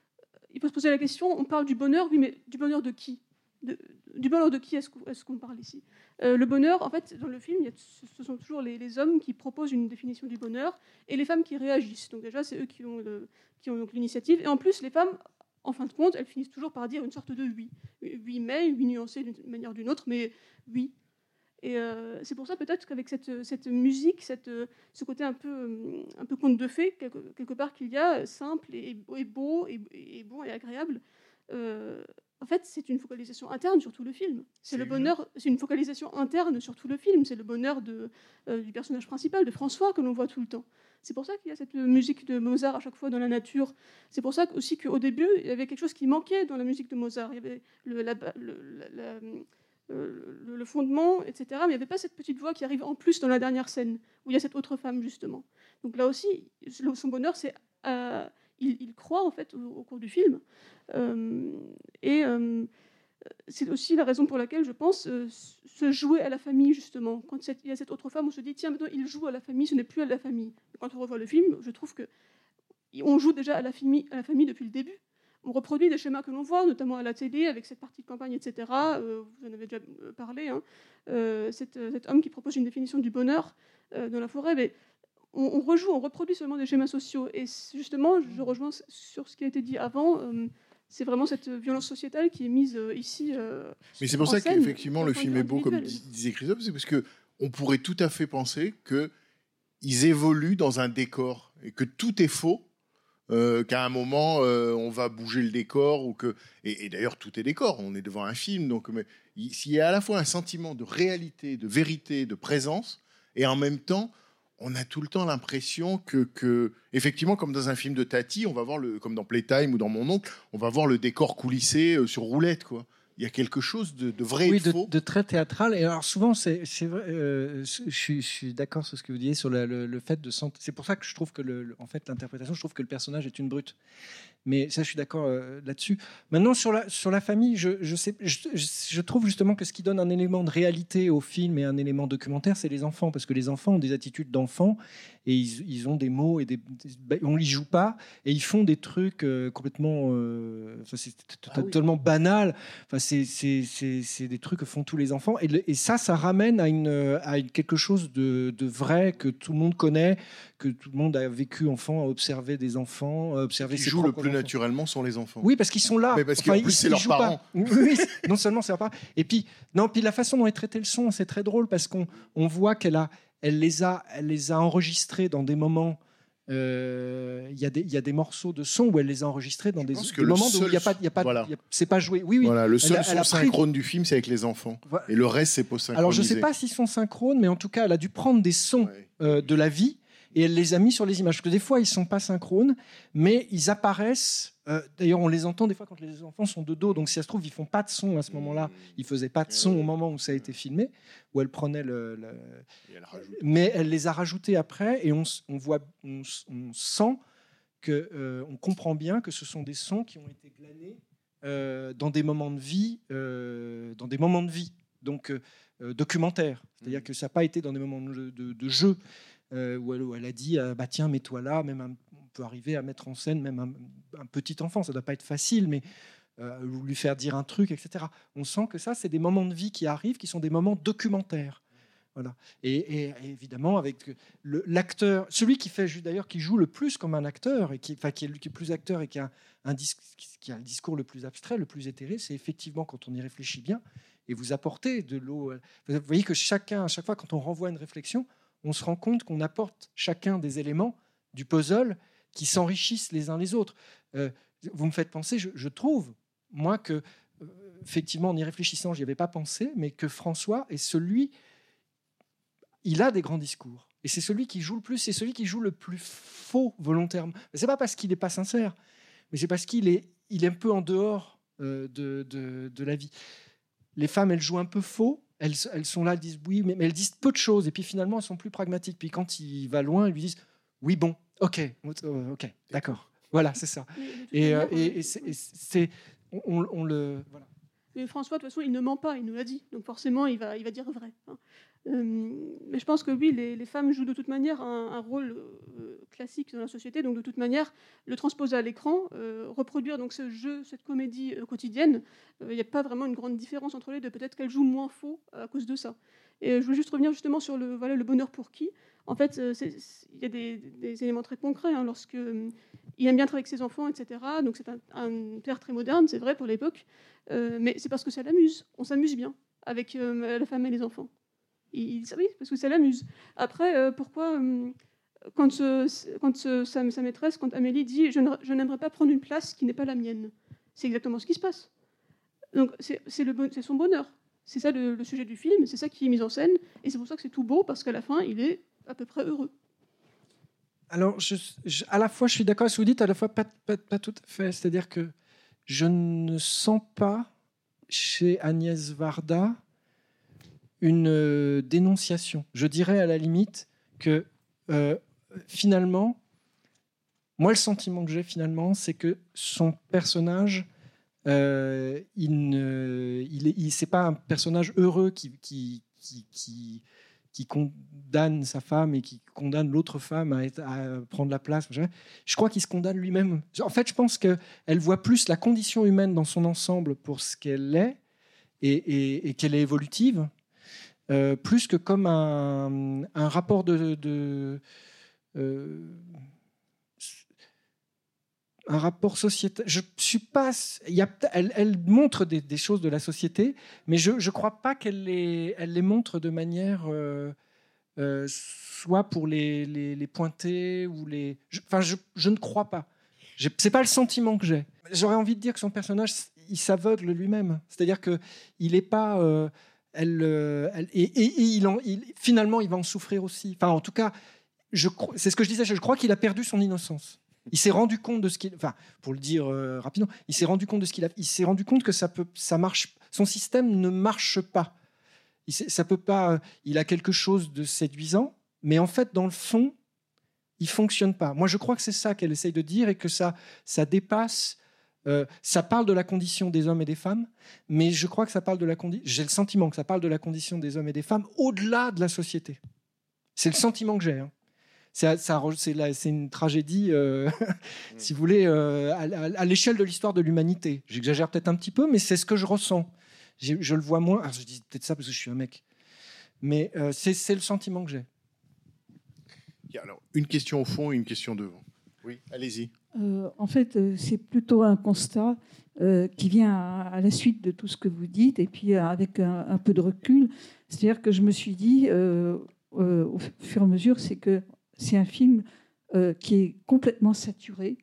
Speaker 12: Il faut se poser la question, on parle du bonheur, oui, mais du bonheur de qui? de, Du bonheur de qui est-ce qu'on, est-ce qu'on parle ici? euh, Le bonheur, en fait, dans le film, il y a, ce sont toujours les, les hommes qui proposent une définition du bonheur et les femmes qui réagissent. Donc déjà, c'est eux qui ont, le, qui ont donc l'initiative. Et en plus, les femmes, en fin de compte, elles finissent toujours par dire une sorte de oui. Oui, mais, oui nuancé d'une manière ou d'une autre, mais oui. Et euh, c'est pour ça peut-être qu'avec cette, cette musique, cette, ce côté un peu, un peu conte de fées, quelque, quelque part qu'il y a, simple et, et beau, et, et bon et agréable, euh, en fait, c'est une focalisation interne sur tout le film. C'est, c'est le bonheur, c'est une focalisation interne sur tout le film. C'est le bonheur de, euh, du personnage principal, de François, que l'on voit tout le temps. C'est pour ça qu'il y a cette musique de Mozart à chaque fois dans la nature. C'est pour ça aussi qu'au début, il y avait quelque chose qui manquait dans la musique de Mozart. Il y avait le, la, le, la, la, le, le fondement, et cetera. Mais il n'y avait pas cette petite voix qui arrive en plus dans la dernière scène, où il y a cette autre femme, justement. Donc là aussi, son bonheur, c'est... Euh, il, il croit, en fait, au, au cours du film. Euh, et euh, c'est aussi la raison pour laquelle, je pense, euh, se jouer à la famille, justement. Quand cette, il y a cette autre femme, on se dit, tiens, maintenant, il joue à la famille, ce n'est plus à la famille. Quand on revoit le film, je trouve qu'on joue déjà à la, famille, à la famille depuis le début. On reproduit des schémas que l'on voit, notamment à la télé, avec cette partie de campagne, et cetera. Euh, vous en avez déjà parlé. Hein. Euh, cet, cet homme qui propose une définition du bonheur euh, dans la forêt, mais on, on rejoue, on reproduit seulement des schémas sociaux. Et justement, je rejoins sur ce qui a été dit avant. Euh, c'est vraiment cette violence sociétale qui est mise euh, ici. Euh,
Speaker 3: mais c'est pour ça
Speaker 12: scène,
Speaker 3: qu'effectivement, le film est beau, comme disait Christophe, c'est parce qu'on pourrait tout à fait penser qu'ils évoluent dans un décor et que tout est faux. Euh, qu'à un moment euh, on va bouger le décor ou que et, et d'ailleurs tout est décor, on est devant un film, donc mais s'il y a à la fois un sentiment de réalité, de vérité, de présence, et en même temps on a tout le temps l'impression que, que effectivement comme dans un film de Tati, on va voir le, comme dans Playtime ou dans Mon Oncle, on va voir le décor coulissé euh, sur roulette, quoi. Il y a quelque chose de, de vrai
Speaker 5: oui,
Speaker 3: et de faux.
Speaker 5: De, de très théâtral. Et alors souvent, c'est, c'est vrai, euh, je, suis, je suis d'accord sur ce que vous disiez sur le, le, le fait de sentir. C'est pour ça que je trouve que le, le, en fait, l'interprétation, je trouve que le personnage est une brute. Mais ça, je suis d'accord euh, là-dessus. Maintenant, sur la, sur la famille, je, je, sais, je, je trouve justement que ce qui donne un élément de réalité au film et un élément documentaire, c'est les enfants. Parce que les enfants ont des attitudes d'enfants et ils, ils ont des mots et des, des, on ne les joue pas et ils font des trucs euh, complètement... Euh, enfin, c'est
Speaker 3: ah
Speaker 5: totalement
Speaker 3: oui.
Speaker 5: banal. Enfin, c'est, c'est, c'est, c'est des trucs que font tous les enfants. Et, le, et ça, ça ramène à, une, à une, quelque chose de, de vrai que tout le monde connaît, que tout le monde a vécu enfant, a observé des enfants, a observé ses
Speaker 3: propres enfants. Le plus
Speaker 5: enfants.
Speaker 3: Naturellement sont les enfants.
Speaker 5: Oui, parce qu'ils sont là.
Speaker 3: Mais parce
Speaker 5: enfin,
Speaker 3: qu'en plus, c'est leurs parents.
Speaker 5: Oui, oui, non seulement c'est leurs parents. Et puis, non, puis la façon dont est traité le son, c'est très drôle parce qu'on on voit qu'elle a, elle les a, elle les a enregistrés dans des moments. Il euh, y, y a des morceaux de son où elle les a enregistrés dans des, des moments où il n'y a pas, y a pas,
Speaker 3: voilà.
Speaker 5: y a, c'est pas joué. Oui, oui.
Speaker 3: Voilà, le seul
Speaker 5: elle,
Speaker 3: son
Speaker 5: elle
Speaker 3: synchrone
Speaker 5: pris...
Speaker 3: du film, c'est avec les enfants.
Speaker 5: Voilà.
Speaker 3: Et le reste, c'est post-synchronisé.
Speaker 5: Alors, je ne sais pas s'ils sont synchrones, mais en tout cas, elle a dû prendre des sons ouais. euh, de la vie et elle les a mis sur les images. Parce que des fois, ils ne sont pas synchrones, mais ils apparaissent. Euh, d'ailleurs, on les entend des fois quand les enfants sont de dos. Donc, si ça se trouve, ils ne font pas de son à ce moment-là. Ils ne faisaient pas de son au moment où ça a été filmé, où elle prenait le. le... Elle mais elle les a rajoutés après et on, on, voit, on, on sent qu'on euh, comprend bien que ce sont des sons qui ont été glanés euh, dans des moments de vie, euh, dans des moments de vie, donc euh, documentaires. C'est-à-dire que ça n'a pas été dans des moments de, de, de jeu. Euh, où, elle, où elle a dit euh, bah tiens, mets-toi là, même un, on peut arriver à mettre en scène même un, un petit enfant, ça ne doit pas être facile, mais euh, lui faire dire un truc, et cetera. On sent que ça, c'est des moments de vie qui arrivent, qui sont des moments documentaires. Voilà. Et, et, et évidemment, avec le, l'acteur, celui qui fait d'ailleurs qui joue le plus comme un acteur, et qui, enfin, qui, est, qui est plus acteur et qui a, un dis, qui a le discours le plus abstrait, le plus éthéré, c'est effectivement quand on y réfléchit bien, et vous apportez de l'eau. Vous voyez que chacun, à chaque fois, quand on renvoie une réflexion, on se rend compte qu'on apporte chacun des éléments du puzzle qui s'enrichissent les uns les autres. Euh, vous me faites penser, je, je trouve, moi, que, euh, effectivement, en y réfléchissant, je n'y avais pas pensé, mais que François est celui... Il a des grands discours. Et c'est celui qui joue le plus, c'est celui qui joue le plus faux volontairement. Mais c'est pas parce qu'il n'est pas sincère, mais c'est parce qu'il est, il est un peu en dehors euh, de, de, de la vie. Les femmes, elles jouent un peu faux, elles, elles sont là, elles disent oui, mais, mais elles disent peu de choses, et puis finalement, elles sont plus pragmatiques. Puis quand il va loin, elles lui disent oui, bon, ok, ok, d'accord. Voilà, c'est ça. Et, euh, et, et c'est, et c'est on, on le voilà.
Speaker 12: Mais François, de toute façon, il ne ment pas, il nous l'a dit. Donc forcément, il va, il va dire vrai. Hein. Euh, mais je pense que oui, les, les femmes jouent de toute manière un, un rôle euh, classique dans la société. Donc de toute manière, le transposer à l'écran, euh, reproduire donc ce jeu, cette comédie euh, quotidienne, il n'y a pas vraiment une grande différence entre les deux. Peut-être qu'elles jouent moins faux à cause de ça. Et euh, je voulais juste revenir justement sur le, voilà, le bonheur pour qui. En fait, il y a des, des éléments très concrets. Hein, lorsque euh, il aime bien être avec ses enfants, et cetera. Donc c'est un, un père très moderne, c'est vrai pour l'époque. Euh, mais c'est parce que ça l'amuse. On s'amuse bien avec euh, la femme et les enfants. Il, oui, parce que ça l'amuse. Après, euh, pourquoi, euh, quand, ce, quand ce, sa, sa maîtresse, quand Amélie dit « je, ne, je n'aimerais pas prendre une place qui n'est pas la mienne », c'est exactement ce qui se passe. Donc c'est, c'est, le, c'est son bonheur. C'est ça le, le sujet du film, c'est ça qui est mis en scène. Et c'est pour ça que c'est tout beau, parce qu'à la fin, il est à peu près heureux.
Speaker 5: Alors, je, je, à la fois, je suis d'accord avec ce que vous dites, à la fois, pas, pas, pas tout à fait. C'est-à-dire que je ne sens pas chez Agnès Varda une euh, dénonciation. Je dirais à la limite que euh, finalement, moi, le sentiment que j'ai finalement, c'est que son personnage, euh, il ne, il est, il, c'est pas un personnage heureux qui, qui, qui, qui qui condamne sa femme et qui condamne l'autre femme à, être, à prendre la place. Je crois qu'il se condamne lui-même. En fait, je pense qu'elle voit plus la condition humaine dans son ensemble pour ce qu'elle est et, et, et qu'elle est évolutive, euh, plus que comme un, un rapport de... de euh, un rapport sociétal. Je suis pas. Il y a, elle, elle montre des, des choses de la société, mais je ne crois pas qu'elle les, elle les montre de manière euh, euh, soit pour les, les, les pointer ou les. Je, enfin, je, je ne crois pas. Je, c'est pas le sentiment que j'ai. J'aurais envie de dire que son personnage, il s'aveugle lui-même. C'est-à-dire que il est pas. Euh, elle, elle, et, et, et il en, il, finalement, il va en souffrir aussi. Enfin, en tout cas, je, c'est ce que je disais. Je crois qu'il a perdu son innocence. Il s'est rendu compte de ce qu'il, enfin, pour le dire euh, rapidement, il s'est rendu compte de ce qu'il a, il s'est rendu compte que ça peut, ça marche, son système ne marche pas. Il, ça peut pas. Il a quelque chose de séduisant, mais en fait, dans le fond, il fonctionne pas. Moi, je crois que c'est ça qu'elle essaye de dire et que ça, ça dépasse. Euh, ça parle de la condition des hommes et des femmes, mais je crois que ça parle de la condition. J'ai le sentiment que ça parle de la condition des hommes et des femmes au-delà de la société. C'est le sentiment que j'ai. Hein. C'est, ça, c'est, la, c'est une tragédie, euh, si vous voulez, euh, à, à, à l'échelle de l'histoire de l'humanité. J'exagère peut-être un petit peu, mais c'est ce que je ressens. J'ai, je le vois moins. Alors, je dis peut-être ça parce que je suis un mec. Mais euh, c'est, c'est le sentiment que j'ai.
Speaker 3: Alors, une question au fond et une question devant. Oui, allez-y.
Speaker 13: Euh, en fait, c'est plutôt un constat euh, qui vient à, à la suite de tout ce que vous dites, et puis euh, avec un, un peu de recul. C'est-à-dire que je me suis dit, euh, euh, au fur et à mesure, c'est que c'est un film euh, qui est complètement saturé.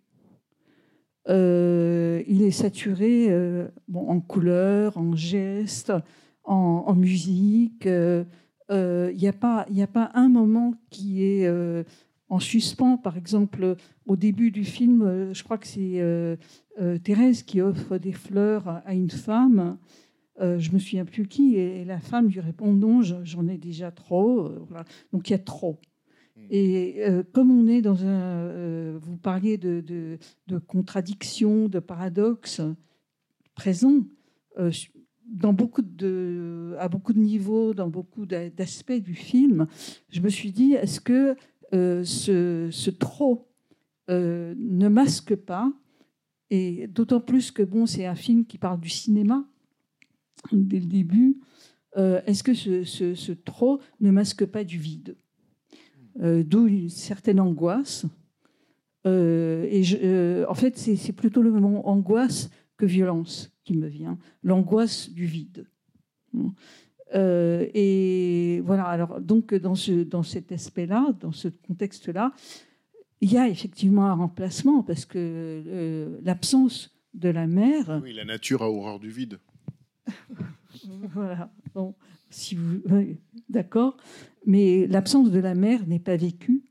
Speaker 13: Euh, il est saturé euh, bon, en couleurs, en gestes, en, en musique. Il euh, n'y euh, a pas, y a pas un moment qui est euh, en suspens. Par exemple, au début du film, euh, je crois que c'est euh, euh, Thérèse qui offre des fleurs à une femme. Euh, je ne me souviens plus qui. Et la femme lui répond « Non, j'en ai déjà trop. » Voilà. Donc, il y a trop. Et euh, comme on est dans un... Euh, vous parliez de, de, de contradictions, de paradoxes présents, euh, dans beaucoup de, à beaucoup de niveaux, dans beaucoup d'aspects du film, je me suis dit, est-ce que euh, ce, ce trop euh, ne masque pas, et d'autant plus que bon, c'est un film qui parle du cinéma, dès le début, euh, est-ce que ce, ce, ce trop ne masque pas du vide ? Euh, d'où une certaine angoisse. Euh, et je, euh, en fait, c'est, c'est plutôt le moment angoisse que violence qui me vient, l'angoisse du vide. Euh, et voilà. Alors, donc, dans, ce, dans cet aspect-là, dans ce contexte-là, il y a effectivement un remplacement parce que euh, l'absence de la mère.
Speaker 3: Oui, la nature a horreur du vide.
Speaker 13: Voilà. Bon, si vous, ouais, d'accord. Mais l'absence de la mère n'est pas vécue,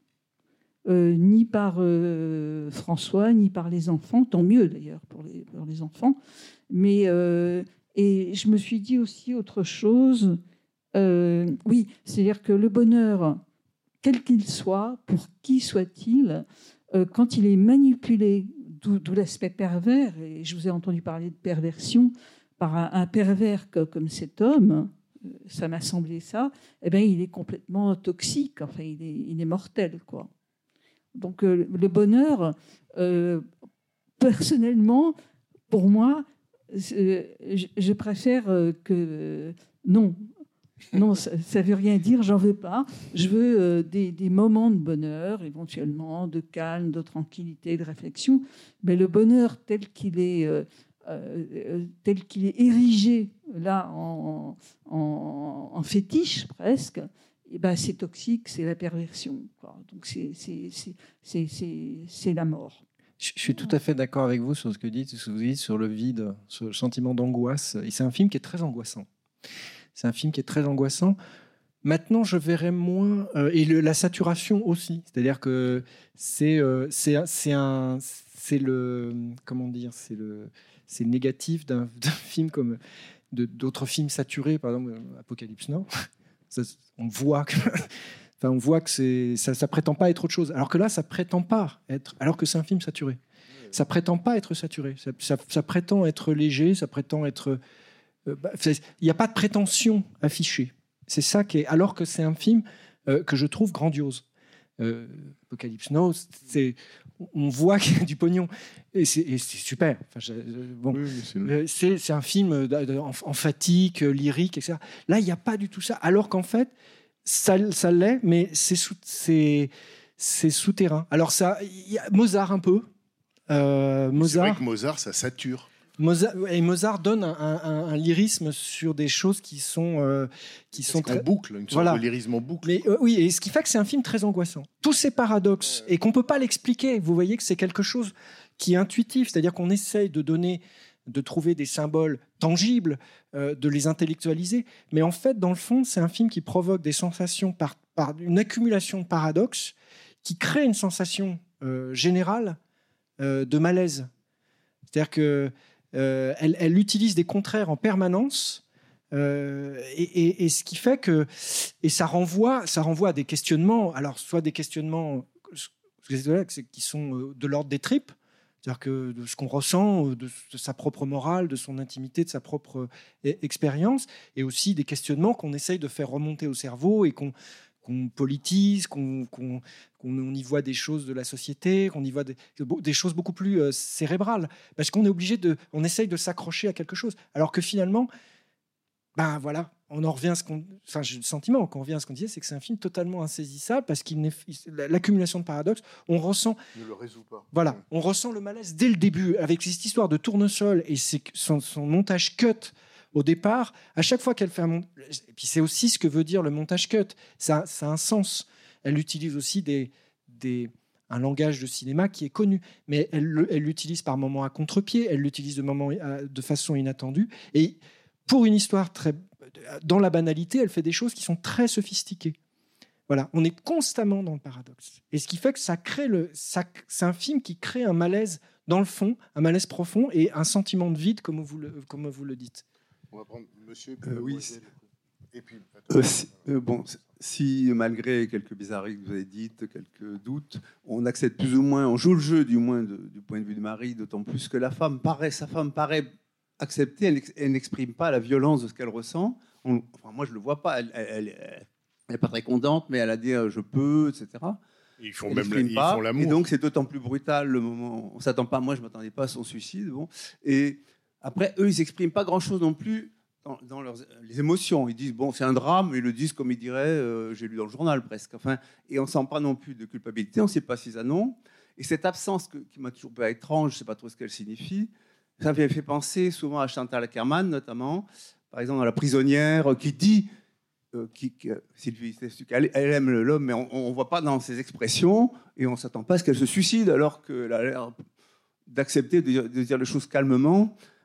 Speaker 13: euh, ni par euh, François, ni par les enfants. Tant mieux d'ailleurs pour les, pour les enfants. Mais euh, et je me suis dit aussi autre chose. Euh, oui, c'est-à-dire que le bonheur, quel qu'il soit, pour qui soit-il, euh, quand il est manipulé, d'où, d'où l'aspect pervers, et je vous ai entendu parler de perversion, par un, un pervers que, comme cet homme, euh, ça m'a semblé ça, eh bien, il est complètement toxique, enfin, il est, il est mortel, quoi. Donc, euh, le bonheur, euh, personnellement, pour moi, euh, je, je préfère euh, que... Euh, non. Non, ça ne veut rien dire, j'en veux pas. Je veux euh, des, des moments de bonheur, éventuellement, de calme, de tranquillité, de réflexion. Mais le bonheur tel qu'il est, euh, euh, tel qu'il est érigé là en, en, en fétiche presque, eh ben, c'est toxique, c'est la perversion, quoi. Donc c'est, c'est, c'est, c'est, c'est, c'est la mort.
Speaker 5: Je suis tout à fait d'accord avec vous sur ce que vous dites, ce que vous dites sur le vide, sur le sentiment d'angoisse. Et c'est un film qui est très angoissant. C'est un film qui est très angoissant. Maintenant, je verrais moins... Euh, et le, la saturation aussi. C'est-à-dire que c'est, euh, c'est, c'est, un, c'est le... Comment dire c'est le, c'est le négatif d'un, d'un film comme... De, d'autres films saturés, par exemple Apocalypse Now. Ça, on voit que... Enfin, on voit que c'est, ça ne prétend pas être autre chose. Alors que là, ça prétend pas être... Alors que c'est un film saturé. Ça prétend pas être saturé. Ça, ça, ça prétend être léger, ça prétend être... Il n'y a pas de prétention affichée. C'est ça qui est. Alors que c'est un film euh, que je trouve grandiose. Euh, Apocalypse Now, c'est, on voit qu'il y a du pognon et c'est, et c'est super. Enfin, je, bon, oui, c'est, euh, c'est, c'est un film emphatique, lyrique, et cetera. Là, il n'y a pas du tout ça. Alors qu'en fait, ça, ça l'est, mais c'est, sous, c'est, c'est souterrain. Alors ça, y a Mozart un peu. Euh, Mozart.
Speaker 3: C'est vrai que Mozart, ça sature.
Speaker 5: Mozart, et Mozart donne un, un, un lyrisme sur des choses qui sont euh, qui sont
Speaker 3: très... en boucle, une sorte voilà. de lyrisme en boucle.
Speaker 5: Mais, euh, oui, et ce qui fait que c'est un film très angoissant. Tous ces paradoxes ouais. et qu'on peut pas l'expliquer. Vous voyez que c'est quelque chose qui est intuitif, c'est-à-dire qu'on essaye de donner, de trouver des symboles tangibles, euh, de les intellectualiser. Mais en fait, dans le fond, c'est un film qui provoque des sensations par, par une accumulation de paradoxes, qui crée une sensation euh, générale euh, de malaise. C'est-à-dire que Euh, elle, elle utilise des contraires en permanence euh, et, et, et ce qui fait que et ça renvoie, ça renvoie à des questionnements. Alors soit des questionnements qui sont de l'ordre des tripes, c'est-à-dire que de ce qu'on ressent, de, de sa propre morale, de son intimité, de sa propre expérience, et aussi des questionnements qu'on essaye de faire remonter au cerveau et qu'on qu'on politise, qu'on, qu'on, qu'on y voit des choses de la société, qu'on y voit des, des choses beaucoup plus euh, cérébrales, parce qu'on est obligé de, on essaye de s'accrocher à quelque chose, alors que finalement, ben voilà, on en revient à ce qu'on, enfin j'ai le sentiment qu'on revient à ce qu'on disait, c'est que c'est un film totalement insaisissable, parce qu'il n'est, l'accumulation de paradoxes, on ressent,
Speaker 3: ne le résout pas.
Speaker 5: Voilà, on ressent le malaise dès le début avec cette histoire de tournesol et c'est son, son montage cut. Au départ, à chaque fois qu'elle fait un montage, et puis c'est aussi ce que veut dire le montage cut, ça, ça a un sens. Elle utilise aussi des, des, un langage de cinéma qui est connu, mais elle, elle l'utilise par moments à contre-pied, elle l'utilise de, moments, de façon inattendue. Et pour une histoire très, dans la banalité, elle fait des choses qui sont très sophistiquées. Voilà, on est constamment dans le paradoxe. Et ce qui fait que ça crée le, ça, c'est un film qui crée un malaise dans le fond, un malaise profond et un sentiment de vide, comme vous le, comme vous le dites.
Speaker 3: On va prendre monsieur.
Speaker 14: Euh, oui.
Speaker 3: Et puis,
Speaker 14: euh, si, euh, bon, si malgré quelques bizarreries que vous avez dites, quelques doutes, on accepte plus ou moins, on joue le jeu du moins de, du point de vue de Marie, d'autant plus que la femme paraît, sa femme paraît accepter, elle, elle n'exprime pas la violence de ce qu'elle ressent. On, enfin, moi, je le vois pas. Elle, elle, elle, elle est pas très contente, mais elle a dit euh, je peux, et cetera.
Speaker 3: Ils font
Speaker 14: elle
Speaker 3: même la, ils
Speaker 14: pas,
Speaker 3: font l'amour.
Speaker 14: Et donc c'est d'autant plus brutal le moment. On s'attend pas. Moi, je m'attendais pas à son suicide. Bon, et après, eux, ils n'expriment pas grand-chose non plus dans, dans leurs, les émotions. Ils disent, bon, c'est un drame, ils le disent comme ils diraient, euh, j'ai lu dans le journal presque. Enfin, et on ne sent pas non plus de culpabilité, on ne sait pas si ça non. Et cette absence que, qui m'a toujours paru étrange, je ne sais pas trop ce qu'elle signifie, ça m'avait fait penser souvent à Chantal Akerman, notamment, par exemple dans La prisonnière, qui dit, euh, qui, qui, Sylvie, elle, elle aime l'homme, mais on ne voit pas dans ses expressions, et on ne s'attend pas à ce qu'elle se suicide, alors qu'elle a l'air d'accepter de dire, de dire les choses calmement.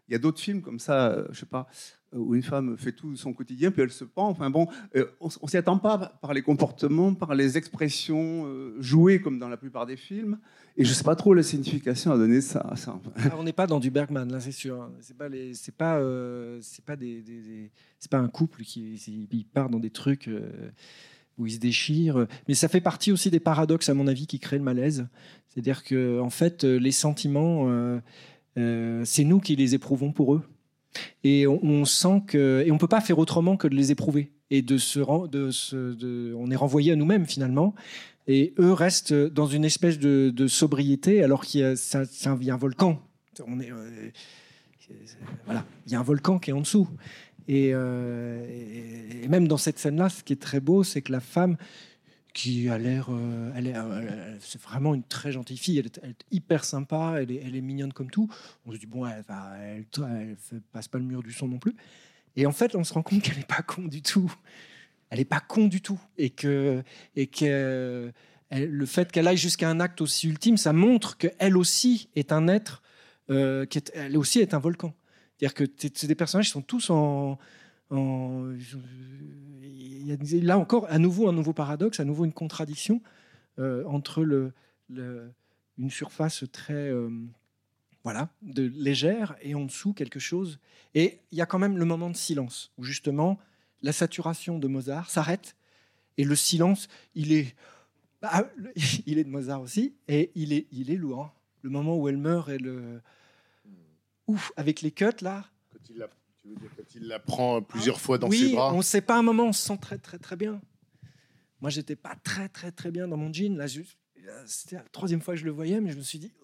Speaker 14: Il y a d'autres films comme ça, euh, je sais pas, où une femme fait tout son quotidien, puis elle se pend. Enfin bon, euh, on ne s'y attend pas par les comportements, par les expressions euh, jouées comme dans la plupart des films. Et je ne sais pas trop la signification à donner ça. ça.
Speaker 5: Ah, on n'est pas dans du Bergman, là, c'est sûr. C'est pas les, c'est pas, euh, c'est pas des, des, des- c'est pas un couple qui il part dans des trucs euh, où ils se déchirent. Mais ça fait partie aussi des paradoxes, à mon avis, qui créent le malaise. C'est-à-dire que, en fait, les sentiments, euh, euh, c'est nous qui les éprouvons pour eux. Et on, on sent que, et on peut pas faire autrement que de les éprouver. Et de se, ren- de se, de, on est renvoyé à nous-mêmes finalement. Et eux restent dans une espèce de, de sobriété, alors qu'il y a, ça, ça, il y a un volcan. On est, euh, voilà, il y a un volcan qui est en dessous. Et, euh, et, et même dans cette scène-là, ce qui est très beau, c'est que la femme, qui a l'air, euh, elle est, euh, c'est vraiment une très gentille fille. Elle est, elle est hyper sympa, elle est, elle est mignonne comme tout. On se dit bon, elle, va, elle, elle, elle passe pas le mur du son non plus. Et en fait, on se rend compte qu'elle n'est pas con du tout. Elle n'est pas con du tout, et que, et que elle, le fait qu'elle aille jusqu'à un acte aussi ultime, ça montre qu'elle aussi est un être, euh, qui est, elle aussi est un volcan. C'est-à-dire que c'est des personnages qui sont tous en, en, il y a là encore à nouveau un nouveau paradoxe, à nouveau une contradiction euh, entre le, le, une surface très euh, voilà, de légère et en dessous quelque chose. Et il y a quand même le moment de silence où justement la saturation de Mozart s'arrête et le silence, il est, bah, il est de Mozart aussi et il est, il est lourd. Le moment où elle meurt et le ouf avec les cuts là.
Speaker 3: Quand il la, tu veux dire, quand il la prend plusieurs fois dans
Speaker 5: oui,
Speaker 3: ses bras.
Speaker 5: On ne sait pas un moment, on se sent très très très bien. Moi, j'étais pas très très très bien dans mon jean. Là, je, c'était la troisième fois que je le voyais, mais je me suis dit.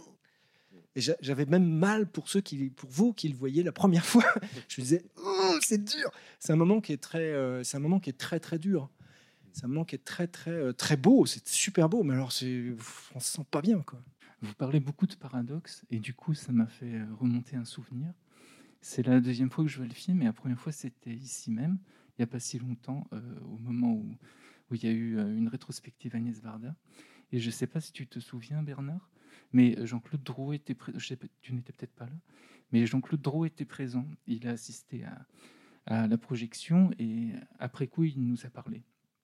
Speaker 5: Et j'avais même mal pour ceux qui, pour vous qui le voyaient la première fois. Je me disais, oh, c'est dur. C'est un moment qui est très, euh, c'est un moment qui est très très dur. C'est un moment qui est très très euh, très beau. C'est super beau, mais alors c'est, on se sent pas bien, quoi.
Speaker 15: Vous parlez beaucoup de paradoxes et du coup, ça m'a fait remonter un souvenir. C'est la deuxième fois que je vois le film et la première fois, c'était ici même, il n'y a pas si longtemps, euh, au moment où, où il y a eu une rétrospective Agnès Varda. Et je ne sais pas si tu te souviens, Bernard, mais Jean-Claude Drouot était présent. Tu n'étais peut-être pas là, mais Jean-Claude Drouot était présent. Il a assisté à, à la projection et après coup, il nous a parlé.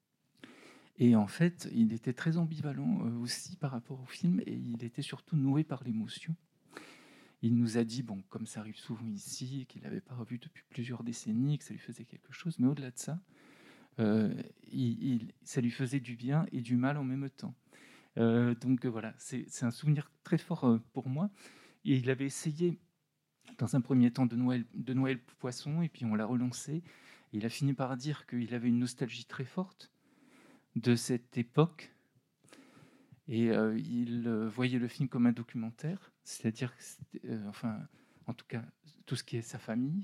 Speaker 15: Et en fait, il était très ambivalent euh, aussi par rapport au film et il était surtout noué par l'émotion. Il nous a dit, bon, comme ça arrive souvent ici, qu'il n'avait pas revu depuis plusieurs décennies, que ça lui faisait quelque chose, mais au-delà de ça, euh, il, il, ça lui faisait du bien et du mal en même temps. Euh, donc euh, voilà, c'est, c'est un souvenir très fort euh, pour moi. Et il avait essayé, dans un premier temps, de Noël, de Noël Poisson, et puis on l'a relancé. Et il a fini par dire qu'il avait une nostalgie très forte de cette époque. Et euh, il euh, voyait le film comme un documentaire, c'est-à-dire, euh, enfin, en tout cas, tout ce qui est sa famille.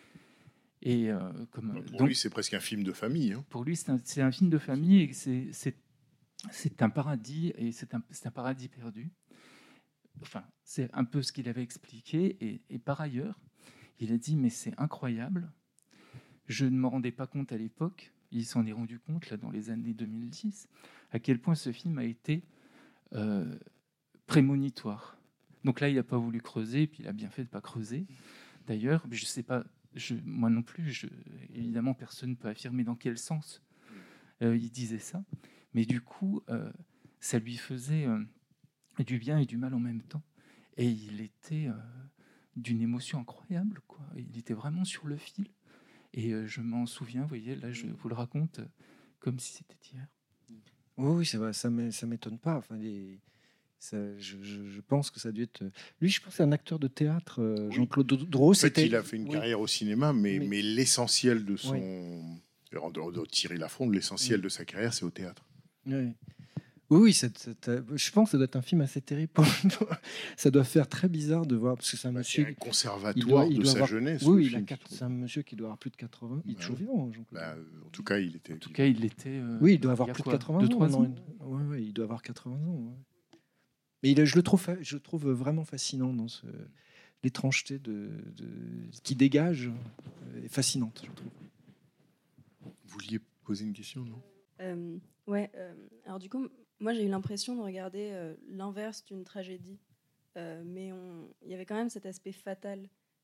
Speaker 15: Et euh, comme
Speaker 3: pour
Speaker 15: donc,
Speaker 3: lui, c'est presque un film de famille. Hein.
Speaker 15: Pour lui, c'est un, c'est un film de famille et c'est, c'est, c'est un paradis et c'est un, c'est un paradis perdu. Enfin, c'est un peu ce qu'il avait expliqué. Et, et par ailleurs, il a dit, mais c'est incroyable. Je ne m'en rendais pas compte à l'époque. Il s'en est rendu compte là dans les années deux mille dix, à quel point ce film a été euh, prémonitoire. Donc là, il n'a pas voulu creuser, puis il a bien fait de ne pas creuser. D'ailleurs, je ne sais pas, je, moi non plus, je, évidemment, personne ne peut affirmer dans quel sens euh, il disait ça. Mais du coup, euh, ça lui faisait euh, du bien et du mal en même temps. Et il était euh, d'une émotion incroyable, quoi. Il était vraiment sur le fil. Et euh, je m'en souviens, vous voyez, là, je vous le raconte euh, comme si c'était hier.
Speaker 5: Oui, oui, ça ne ça m'étonne pas. Enfin, les... Ça, je, je, je pense que ça a dû être. Lui, je pense que c'est un acteur de théâtre, euh, oui. Jean-Claude Drouot.
Speaker 3: En fait, il a fait une oui. carrière au cinéma, mais, mais... mais l'essentiel de son. Oui. En dehors de Thierry Lafronde, l'essentiel oui. de sa carrière, c'est au théâtre.
Speaker 5: Oui, oui, oui c'est, c'est, je pense que ça doit être un film assez terrible. Ça doit faire très bizarre de voir, parce que c'est un bah, monsieur.
Speaker 3: C'est un conservatoire il doit, il doit de avoir... sa jeunesse.
Speaker 5: Oui, il a quatre... c'est un monsieur qui doit avoir plus de quatre-vingts. Il est bah, toujours vivant, Jean-Claude.
Speaker 3: Bah, en tout cas, il était.
Speaker 15: En tout cas, il était. Euh,
Speaker 5: oui, il doit avoir plus
Speaker 15: quoi,
Speaker 5: de quatre-vingts
Speaker 15: deux, trois
Speaker 5: ans.
Speaker 15: ans.
Speaker 5: Oui, ouais, il doit avoir quatre-vingts ans. Ouais. Mais il, je le trouve, je le trouve vraiment fascinant dans ce, l'étrangeté de, de, qui dégage est fascinante, je trouve.
Speaker 3: Vous vouliez poser une question, non?
Speaker 16: euh, Ouais. Euh, alors du coup, moi j'ai eu l'impression de regarder euh, l'inverse d'une tragédie, euh, mais il y avait quand même cet aspect fatal.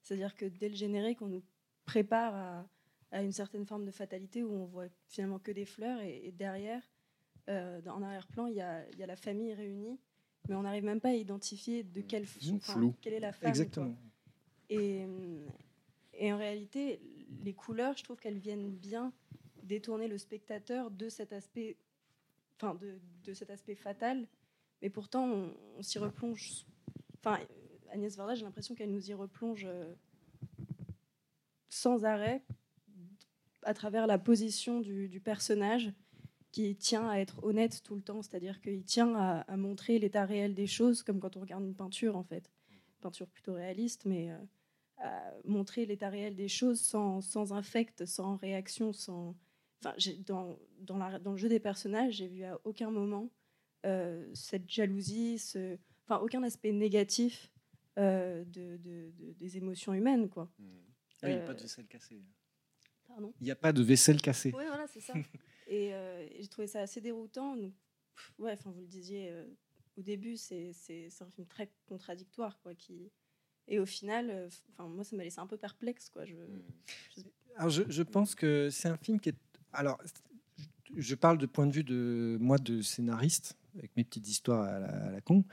Speaker 16: C'est-à-dire que dès le générique, on nous prépare à, à une certaine forme de fatalité où on voit finalement que des fleurs et, et derrière, euh, en arrière-plan, il y a, il y a la famille réunie, mais on n'arrive même pas à identifier de quelle, enfin, quelle est la femme.
Speaker 5: Exactement.
Speaker 16: Quoi. Et, et en réalité, les couleurs, je trouve qu'elles viennent bien détourner le spectateur de cet aspect, enfin de, de cet aspect fatal, mais pourtant on, on s'y replonge. Enfin, Agnès Varda, j'ai l'impression qu'elle nous y replonge euh, sans arrêt à travers la position du, du personnage qui tient à être honnête tout le temps, c'est-à-dire qu'il tient à, à montrer l'état réel des choses, comme quand on regarde une peinture en fait, une peinture plutôt réaliste, mais euh, à montrer l'état réel des choses sans, sans affect, sans réaction, sans... Enfin, j'ai, dans, dans, la, dans le jeu des personnages, j'ai vu à aucun moment euh, cette jalousie, ce, enfin, aucun aspect négatif euh, de, de, de, des émotions humaines, quoi.
Speaker 5: Oui, il n'y a
Speaker 16: Euh,
Speaker 5: pas de vaisselle cassée.
Speaker 16: Pardon ?
Speaker 5: Il n'y a pas de vaisselle cassée.
Speaker 16: Oui, voilà, c'est ça. Et, euh, et j'ai trouvé ça assez déroutant. Donc, pff, ouais, enfin, vous le disiez euh, au début, c'est, c'est, c'est un film très contradictoire, quoi, qui... Et au final, euh, enfin, moi, ça m'a laissé un peu perplexe, quoi. Je, je...
Speaker 5: Alors, je, je pense que c'est un film qui est... Alors, je parle de point de vue de moi, de scénariste, avec mes petites histoires à la, à la con,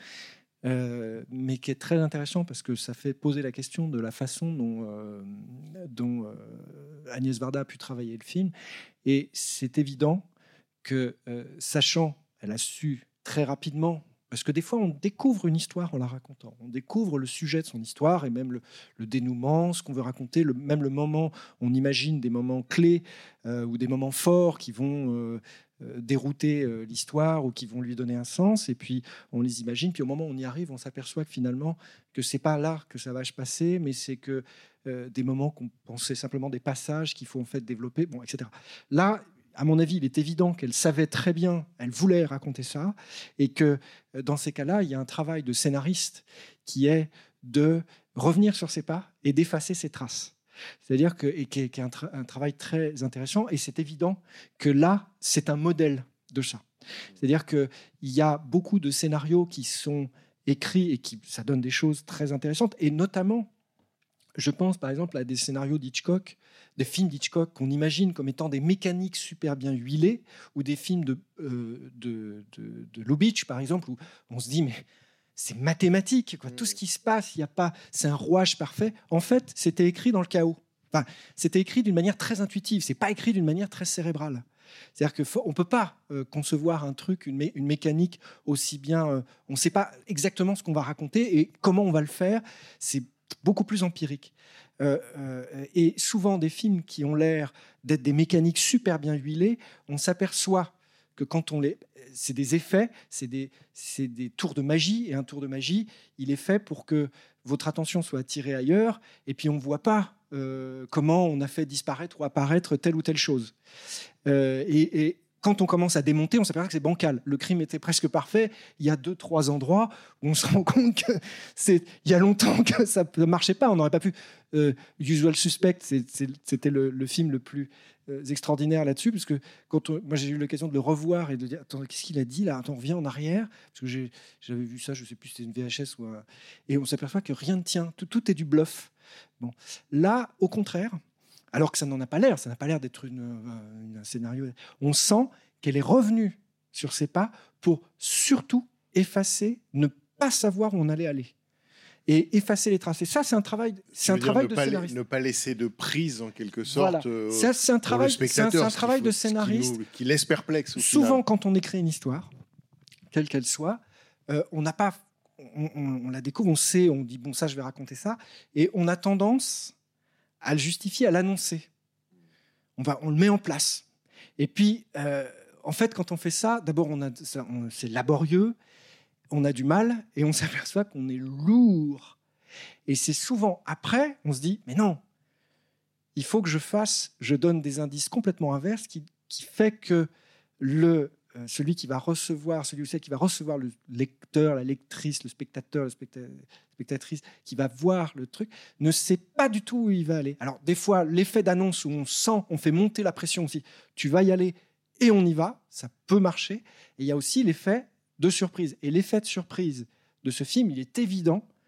Speaker 5: euh, mais qui est très intéressant parce que ça fait poser la question de la façon dont, euh, dont euh, Agnès Varda a pu travailler le film. Et c'est évident que, euh, sachant, elle a su très rapidement, parce que des fois, on découvre une histoire en la racontant. On découvre le sujet de son histoire et même le, le dénouement, ce qu'on veut raconter, le, même le moment, on imagine des moments clés euh, ou des moments forts qui vont euh, euh, dérouter euh, l'histoire ou qui vont lui donner un sens. Et puis, on les imagine. Puis au moment où on y arrive, on s'aperçoit que finalement, que c'est pas là que ça va se passer, mais c'est que euh, des moments qu'on pensait simplement des passages qu'il faut en fait développer, bon, et cetera. Là, à mon avis, il est évident qu'elle savait très bien, elle voulait raconter ça, et que dans ces cas-là, il y a un travail de scénariste qui est de revenir sur ses pas et d'effacer ses traces. C'est-à-dire que, et qui est, qui est un, tra- un travail très intéressant, et c'est évident que là, c'est un modèle de ça. C'est-à-dire qu'il y a beaucoup de scénarios qui sont écrits et qui ça donne des choses très intéressantes, et notamment, je pense par exemple à des scénarios d'Hitchcock, des films d'Hitchcock qu'on imagine comme étant des mécaniques super bien huilées, ou des films de, euh, de, de, de Lubitsch, par exemple, où on se dit, mais c'est mathématique, quoi. Tout ce qui se passe, il y a pas, c'est un rouage parfait. En fait, c'était écrit dans le chaos. Enfin, c'était écrit d'une manière très intuitive, c'est pas écrit d'une manière très cérébrale. C'est-à-dire qu'on ne peut pas euh, concevoir un truc, une, mé- une mécanique aussi bien... Euh, on ne sait pas exactement ce qu'on va raconter et comment on va le faire. C'est beaucoup plus empirique. Euh, euh, et souvent, des films qui ont l'air d'être des mécaniques super bien huilées, on s'aperçoit que quand on les... C'est des effets, c'est des, c'est des tours de magie, et un tour de magie, il est fait pour que votre attention soit attirée ailleurs, et puis on ne voit pas euh, comment on a fait disparaître ou apparaître telle ou telle chose. Euh, et, et quand on commence à démonter, on s'aperçoit que c'est bancal. Le crime était presque parfait. Il y a deux, trois endroits où on se rend compte que c'est il y a longtemps que ça ne marchait pas. On n'aurait pas pu. Euh, Usual Suspect, c'est, c'est, c'était le, le film le plus euh, extraordinaire là-dessus, parce que quand on, moi j'ai eu l'occasion de le revoir et de dire attends, qu'est-ce qu'il a dit là? Attends, on revient en arrière, parce que j'ai, j'avais vu ça, je ne sais plus si c'était une V H S ou un... et on s'aperçoit que rien ne tient. Tout, tout est du bluff. Bon, là, au contraire. Alors que ça n'en a pas l'air, ça n'a pas l'air d'être une, une, un scénario. On sent qu'elle est revenue sur ses pas pour surtout effacer, ne pas savoir où on allait aller. Et effacer les traces. Et ça, c'est un travail, c'est un travail de scénariste.
Speaker 3: Ne pas laisser de prise, en quelque sorte,
Speaker 5: voilà.
Speaker 3: euh,
Speaker 5: ça, c'est un travail,
Speaker 3: pour le spectateur.
Speaker 5: C'est un, c'est un travail
Speaker 3: faut,
Speaker 5: de scénariste.
Speaker 3: Qui, nous, qui laisse perplexe. Au
Speaker 5: Souvent,
Speaker 3: final.
Speaker 5: quand on écrit une histoire, quelle qu'elle soit, euh, on n'a pas... On, on, on la découvre, on sait, on dit, bon, ça, je vais raconter ça. Et on a tendance à le justifier, à l'annoncer. On, va, on le met en place. Et puis, euh, en fait, quand on fait ça, d'abord, on a, ça, on, c'est laborieux, on a du mal, et on s'aperçoit qu'on est lourd. Et c'est souvent après, on se dit, mais non, il faut que je fasse, je donne des indices complètement inverses qui, qui fait que le, euh, celui qui va recevoir, celui ou celle qui va recevoir le lecteur, la lectrice, le spectateur, le specta- spectatrice, qui va voir le truc, ne sait pas du tout où il va aller. Alors, des fois, l'effet d'annonce où on sent, on fait monter la pression aussi, tu vas y aller et on y va, ça peut marcher. Et il y a aussi l'effet de surprise. Et l'effet de surprise de ce film, il est évident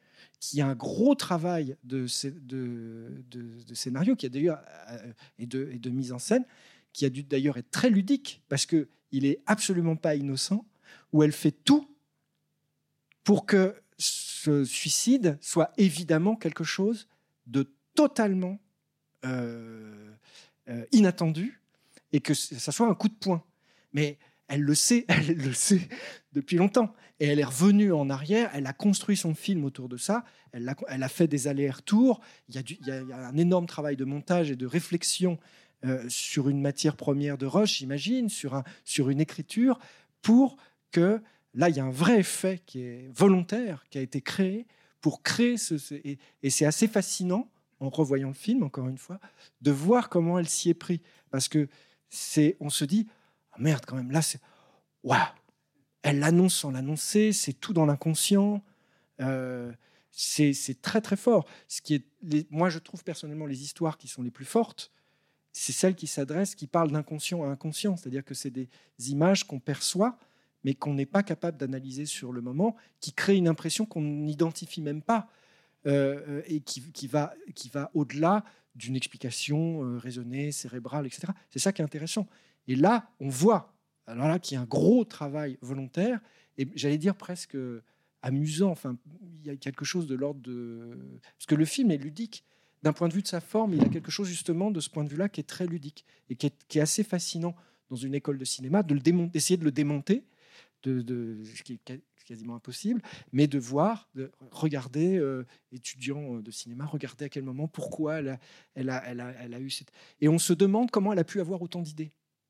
Speaker 5: qui a un gros travail de, de, de, de scénario, qui a d'ailleurs euh, et, de, et de mise en scène, qui a dû d'ailleurs être très ludique, parce qu'il n'est absolument pas innocent, où elle fait tout pour que ce suicide soit évidemment quelque chose de totalement euh, euh, inattendu, et que ça soit un coup de poing. Mais elle le sait, elle le sait depuis longtemps. Et elle est revenue en arrière, elle a construit son film autour de ça, elle a, elle a fait des allers-retours, il y, a du, il, y a, il y a un énorme travail de montage et de réflexion euh, sur une matière première de Rush, j'imagine, sur, un, sur une écriture, pour que, là, il y a un vrai effet qui est volontaire, qui a été créé pour créer ce... ce et, et c'est assez fascinant, en revoyant le film, encore une fois, de voir comment elle s'y est pris. Parce que c'est, on se dit, oh merde, quand même, là, c'est... Waouh! Elle l'annonce sans l'annoncer, c'est tout dans l'inconscient. Euh, c'est, c'est très, très fort. Ce qui est, les, moi, je trouve personnellement les histoires qui sont les plus fortes, c'est celles qui s'adressent, qui parlent d'inconscient à inconscient. C'est-à-dire que c'est des images qu'on perçoit, mais qu'on n'est pas capable d'analyser sur le moment, qui créent une impression qu'on n'identifie même pas, euh, et qui, qui, va, qui va au-delà d'une explication euh, raisonnée, cérébrale, et cetera. C'est ça qui est intéressant. Et là, on voit... Alors là, qu'il y a un gros travail volontaire, et j'allais dire presque amusant. Enfin, il y a quelque chose de l'ordre de... Parce que le film est ludique. D'un point de vue de sa forme, il y a quelque chose justement de ce point de vue-là qui est très ludique et qui est, qui est assez fascinant dans une école de cinéma, de le démonter, d'essayer de le démonter, de, de, ce qui est quasiment impossible, mais de voir, de regarder, euh, étudiant de cinéma, regarder à quel moment, pourquoi elle a, elle a, elle a, elle a eu cette... Et on se demande comment elle a pu avoir autant d'idées.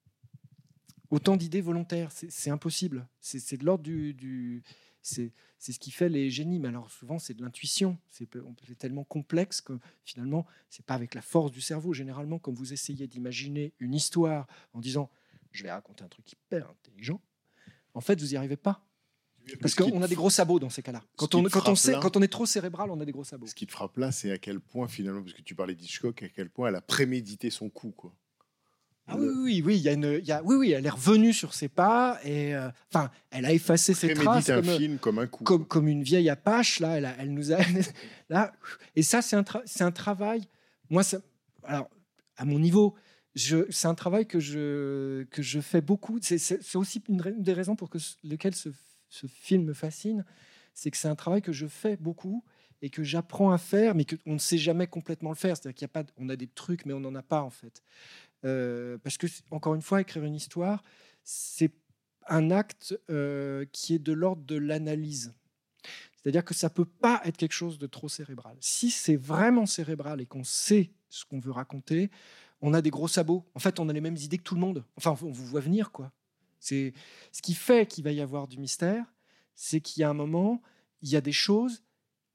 Speaker 5: Autant d'idées volontaires, c'est, c'est impossible. C'est, c'est de l'ordre du... du c'est, c'est ce qui fait les génies. Mais alors souvent, c'est de l'intuition. C'est, c'est tellement complexe que finalement, c'est pas avec la force du cerveau. Généralement, quand vous essayez d'imaginer une histoire en disant « je vais raconter un truc hyper intelligent », en fait, vous n'y arrivez pas. Parce qu'on a des gros sabots dans ces cas-là. Quand on, quand, on sait,
Speaker 3: là,
Speaker 5: quand on est trop cérébral, on a des gros sabots.
Speaker 3: Ce qui te frappe là, c'est à quel point, finalement, parce que tu parlais d'Hitchcock, à quel point elle a prémédité son coup, quoi.
Speaker 5: Ah oui, oui, oui, il y a une, il y a, oui, oui, elle est revenue sur ses pas et, euh, enfin, elle a effacé ses traces
Speaker 3: un
Speaker 5: comme,
Speaker 3: film comme un coup,
Speaker 5: comme, comme une vieille apache. Là, elle, a, elle nous a, là, et ça, c'est un, tra- c'est un travail. Moi, ça, alors, à mon niveau, je, c'est un travail que je, que je fais beaucoup. C'est, c'est, c'est aussi une, une des raisons pour que, lequel ce, ce film me fascine, c'est que c'est un travail que je fais beaucoup et que j'apprends à faire, mais qu'on ne sait jamais complètement le faire. C'est-à-dire qu'il y a pas, on a des trucs, mais on n'en a pas en fait. Euh, parce que, encore une fois, écrire une histoire, c'est un acte euh, qui est de l'ordre de l'analyse. C'est-à-dire que ça ne peut pas être quelque chose de trop cérébral. Si c'est vraiment cérébral et qu'on sait ce qu'on veut raconter, on a des gros sabots. En fait, on a les mêmes idées que tout le monde. Enfin, on vous voit venir, quoi. C'est ce qui fait qu'il va y avoir du mystère, c'est qu'il y a un moment, il y a des choses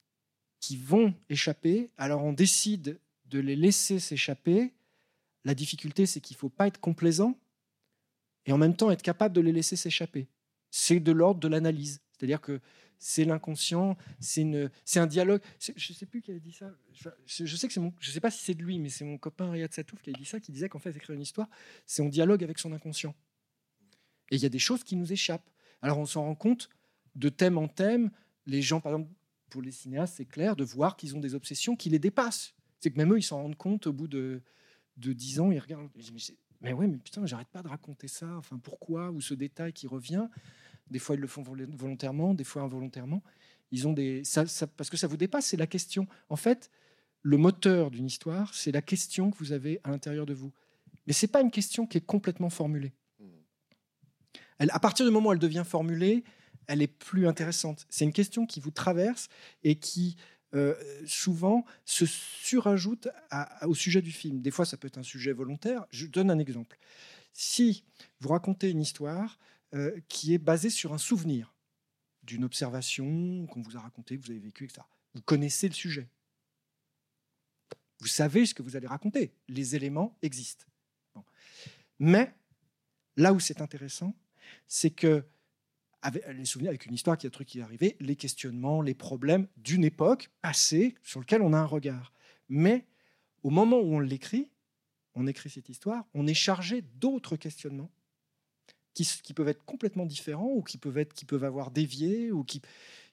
Speaker 5: qui vont échapper. Alors, on décide de les laisser s'échapper. La difficulté, c'est qu'il ne faut pas être complaisant et en même temps être capable de les laisser s'échapper. C'est de l'ordre de l'analyse. C'est-à-dire que c'est l'inconscient, c'est, une, c'est un dialogue. C'est, je ne sais plus qui a dit ça. Je, je sais que c'est mon, je sais pas si c'est de lui, mais c'est mon copain Riyad Satouf qui a dit ça, qui disait qu'en fait, écrire une histoire, c'est on dialogue avec son inconscient. Et il y a des choses qui nous échappent. Alors on s'en rend compte de thème en thème. Les gens, par exemple, pour les cinéastes, c'est clair de voir qu'ils ont des obsessions qui les dépassent. C'est que même eux, ils s'en rendent compte au bout de... de dix ans, ils regardent, ils disent, mais ouais, mais putain, j'arrête pas de raconter ça, enfin pourquoi, ou ce détail qui revient. Des fois, ils le font volontairement, des fois involontairement. Ils ont des, ça, ça, parce que ça vous dépasse, c'est la question. En fait, le moteur d'une histoire, c'est la question que vous avez à l'intérieur de vous. Mais c'est pas une question qui est complètement formulée. Elle, à partir du moment où elle devient formulée, elle est plus intéressante. C'est une question qui vous traverse et qui Euh, souvent se surajoute à, à, au sujet du film. Des fois, ça peut être un sujet volontaire. Je donne un exemple. Si vous racontez une histoire euh, qui est basée sur un souvenir d'une observation qu'on vous a racontée, que vous avez vécue, et cetera, vous connaissez le sujet. Vous savez ce que vous allez raconter. Les éléments existent. Bon. Mais là où c'est intéressant, c'est que avec les souvenirs, avec une histoire qui a un truc qui est arrivé, les questionnements, les problèmes d'une époque passée sur lequel on a un regard. Mais au moment où on l'écrit, on écrit cette histoire, on est chargé d'autres questionnements qui, qui peuvent être complètement différents ou qui peuvent, être, qui peuvent avoir dévié ou qui,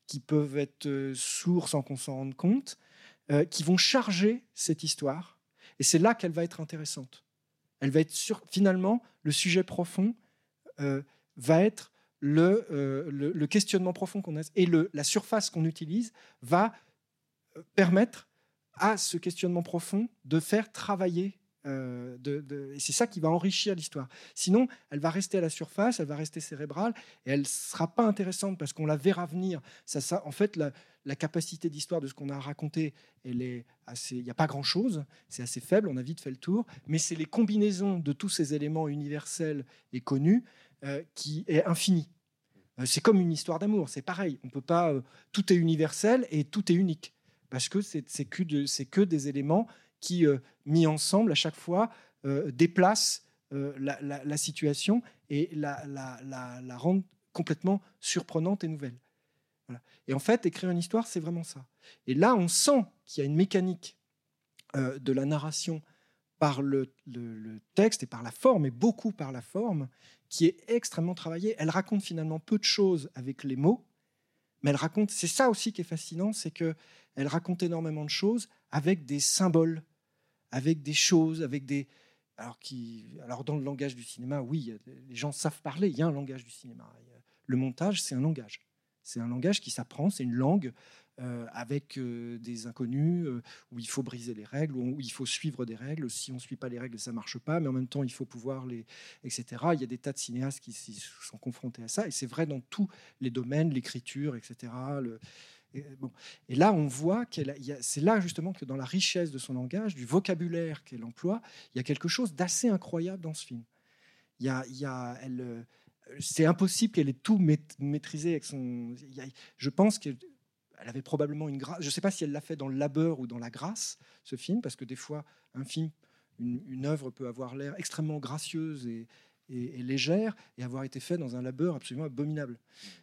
Speaker 5: qui peuvent être euh, sourds sans qu'on s'en rende compte, euh, qui vont charger cette histoire. Et c'est là qu'elle va être intéressante. Elle va être sur, finalement, le sujet profond euh, va être le, euh, le, le questionnement profond qu'on a. Et le, la surface qu'on utilise va permettre à ce questionnement profond de faire travailler. Euh, de, de, et c'est ça qui va enrichir l'histoire. Sinon, elle va rester à la surface, elle va rester cérébrale, et elle ne sera pas intéressante parce qu'on la verra venir. Ça, ça, en fait, la, la capacité d'histoire de ce qu'on a raconté, elle est assez. Il n'y a pas grand-chose, c'est assez faible, on a vite fait le tour, mais c'est les combinaisons de tous ces éléments universels et connus euh, qui est infini. Euh, c'est comme une histoire d'amour, c'est pareil. On peut pas. Euh, tout est universel et tout est unique parce que c'est, c'est, que, de, c'est que des éléments qui, euh, mis ensemble, à chaque fois, euh, déplacent euh, la, la, la situation et la, la, la, la rendent complètement surprenante et nouvelle. Voilà. Et en fait, écrire une histoire, c'est vraiment ça. Et là, on sent qu'il y a une mécanique euh, de la narration par le, le, le texte et par la forme, et beaucoup par la forme, qui est extrêmement travaillée. Elle raconte finalement peu de choses avec les mots, mais elle raconte, c'est ça aussi qui est fascinant, c'est qu'elle raconte énormément de choses avec des symboles, avec des choses, avec des... Alors, qui... Alors dans le langage du cinéma, oui, les gens savent parler, il y a un langage du cinéma. Le montage, c'est un langage. C'est un langage qui s'apprend, c'est une langue euh, avec euh, des inconnus, euh, où il faut briser les règles, où il faut suivre des règles. Si on ne suit pas les règles, ça ne marche pas, mais en même temps, il faut pouvoir les... et cetera. Il y a des tas de cinéastes qui sont confrontés à ça, et c'est vrai dans tous les domaines, l'écriture, et cetera. Le... Et, bon. Et là, on voit qu'elle a, il y a, c'est là justement que dans la richesse de son langage, du vocabulaire qu'elle emploie, il y a quelque chose d'assez incroyable dans ce film. Il y a, il y a, elle, c'est impossible qu'elle ait tout maîtrisé avec son. Il y a, je pense qu'elle avait probablement une grâce. Je ne sais pas si elle l'a fait dans le labeur ou dans la grâce, ce film, parce que des fois, un film, une, une œuvre peut avoir l'air extrêmement gracieuse et, et, et légère et avoir été fait dans un labeur absolument abominable.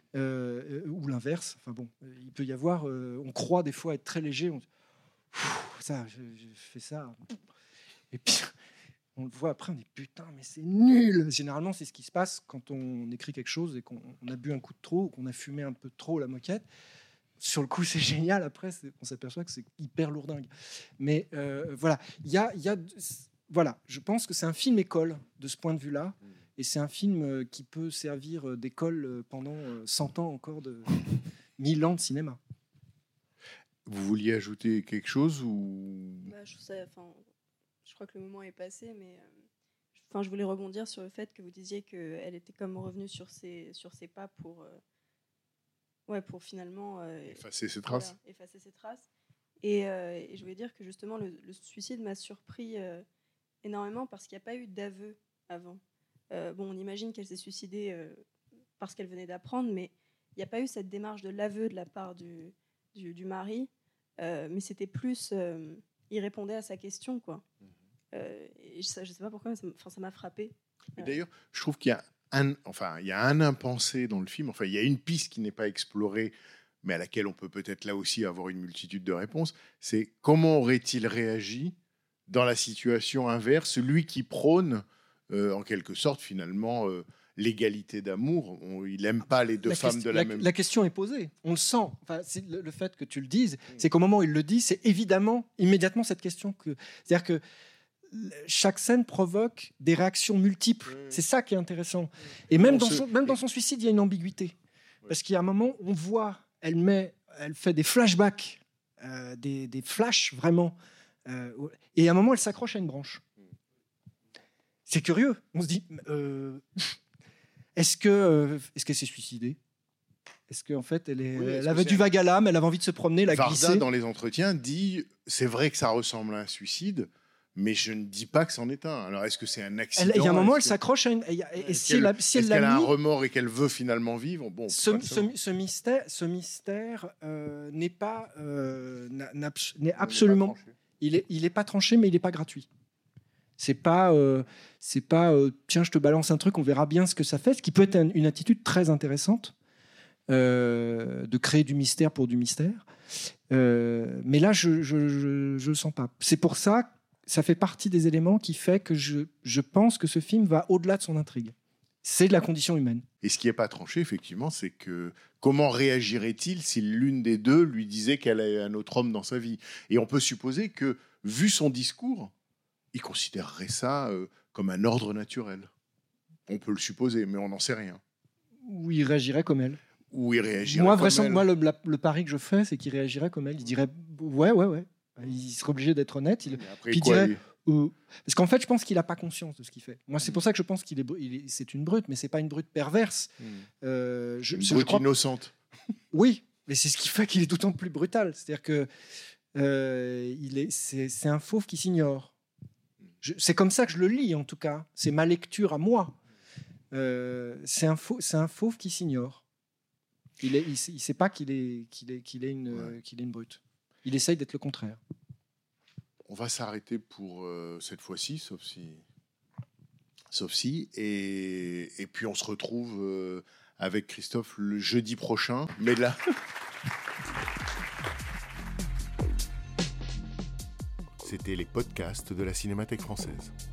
Speaker 5: Euh, ou l'inverse. Enfin bon, il peut y avoir. Euh, on croit des fois être très léger. On, ça, je, je fais ça. Et puis, on le voit après, on dit putain, mais c'est nul. Généralement, c'est ce qui se passe quand on écrit quelque chose et qu'on on a bu un coup de trop ou qu'on a fumé un peu trop la moquette. Sur le coup, c'est génial. Après, c'est, on s'aperçoit que c'est hyper lourdingue. Mais euh, voilà, il y a, y a, voilà, je pense que c'est un film école de ce point de vue-là. Et c'est un film qui peut servir d'école pendant cent ans encore, de mille ans de cinéma.
Speaker 3: Vous vouliez ajouter quelque chose ou...
Speaker 16: bah, je, sais, je crois que le moment est passé, mais euh, je voulais rebondir sur le fait que vous disiez qu'elle était comme revenue sur ses, sur ses pas pour, euh, ouais, pour finalement... Euh,
Speaker 3: effacer ses traces.
Speaker 16: Voilà, effacer ses traces. Et, euh, et je voulais dire que justement, le, le suicide m'a surpris euh, énormément parce qu'il n'y a pas eu d'aveu avant. Euh, bon, on imagine qu'elle s'est suicidée euh, parce qu'elle venait d'apprendre, mais il n'y a pas eu cette démarche de l'aveu de la part du, du, du mari, euh, mais c'était plus... Euh, il répondait à sa question, quoi. Euh, et ça, je ne sais pas pourquoi, mais ça, m'a, ça m'a frappé.
Speaker 3: Mais d'ailleurs, je trouve qu'il y a un, enfin, il y a un impensé dans le film. Enfin, il y a une piste qui n'est pas explorée, mais à laquelle on peut peut-être là aussi avoir une multitude de réponses. C'est comment aurait-il réagi dans la situation inverse, celui qui prône... Euh, en quelque sorte, finalement, euh, l'égalité d'amour. On, il n'aime pas les deux
Speaker 5: la
Speaker 3: femmes
Speaker 5: question,
Speaker 3: de la,
Speaker 5: la,
Speaker 3: même...
Speaker 5: La question est posée. On le sent. Enfin, c'est le, le fait que tu le dises, mmh. c'est qu'au moment où il le dit, c'est évidemment, immédiatement, cette question. Que, c'est-à-dire que chaque scène provoque des réactions multiples. Mmh. C'est ça qui est intéressant. Et même, dans, se... son, même dans son suicide, il y a une ambiguïté. Oui. Parce qu'il y a un moment, on voit, elle, met, elle fait des flashbacks, euh, des, des flashs, vraiment. Euh, et à un moment, elle s'accroche à une branche. C'est curieux. On se dit, euh, est-ce que euh, est-ce qu'elle s'est suicidée ? Est-ce qu'en fait, elle, est, oui, elle avait du vague à l'âme, elle avait envie de se promener, la glisser ?
Speaker 3: Varda, dans les entretiens, dit c'est vrai que ça ressemble à un suicide, mais je ne dis pas que c'en est un. Alors, est-ce que c'est un accident ?
Speaker 5: Il y a un moment, elle
Speaker 3: que...
Speaker 5: s'accroche à une. Et, et, et si
Speaker 3: elle,
Speaker 5: elle, si
Speaker 3: est-ce
Speaker 5: elle
Speaker 3: qu'elle
Speaker 5: a,
Speaker 3: a
Speaker 5: mis...
Speaker 3: un remords et qu'elle veut finalement vivre ? Bon,
Speaker 5: ce, ce, ce mystère, ce mystère euh, n'est pas, euh, n'est absolument. Il est, il est pas tranché, mais il n'est pas gratuit. C'est pas, euh, c'est pas euh, tiens, je te balance un truc, on verra bien ce que ça fait, ce qui peut être un, une attitude très intéressante euh, de créer du mystère pour du mystère. Euh, mais là, je ne je, je, je le sens pas. C'est pour ça, ça fait partie des éléments qui fait que je, je pense que ce film va au-delà de son intrigue. C'est de la condition humaine.
Speaker 3: Et ce qui n'est pas tranché, effectivement, c'est que comment réagirait-il si l'une des deux lui disait qu'elle a un autre homme dans sa vie ? Et on peut supposer que, vu son discours, il considérerait ça euh, comme un ordre naturel. On peut le supposer, mais on n'en sait rien.
Speaker 5: Ou il réagirait comme elle.
Speaker 3: Ou il réagirait
Speaker 5: moi,
Speaker 3: comme
Speaker 5: vraisemb-
Speaker 3: elle.
Speaker 5: Moi, le, la- le pari que je fais, c'est qu'il réagirait comme elle. Il dirait ouais, ouais, ouais. Il serait obligé d'être honnête. Il,
Speaker 3: après,
Speaker 5: puis il
Speaker 3: quoi,
Speaker 5: dirait.
Speaker 3: lui
Speaker 5: euh, Parce qu'en fait, je pense qu'il n'a pas conscience de ce qu'il fait. Moi, c'est pour ça que je pense qu'il est, br- il est- c'est une brute, mais c'est pas une brute perverse.
Speaker 3: Mm.
Speaker 5: Euh, je,
Speaker 3: Une
Speaker 5: je
Speaker 3: brute
Speaker 5: crois-
Speaker 3: innocente.
Speaker 5: Oui, mais c'est ce qui fait qu'il est d'autant plus brutal. C'est-à-dire que euh, il est, c'est, c'est un fauve qui s'ignore. Je- c'est comme ça que je le lis, en tout cas. C'est ma lecture à moi. Euh, c'est un fauve, c'est un fauve qui s'ignore. Il est, il, sait- il sait pas qu'il est, qu'il est, qu'il est une, euh, qu'il est une brute. Il essaye d'être le contraire.
Speaker 3: On va s'arrêter pour euh, cette fois-ci, sauf si... Sauf si. Et, et puis on se retrouve euh, avec Christophe le jeudi prochain. Mais là... C'était les podcasts de la Cinémathèque française.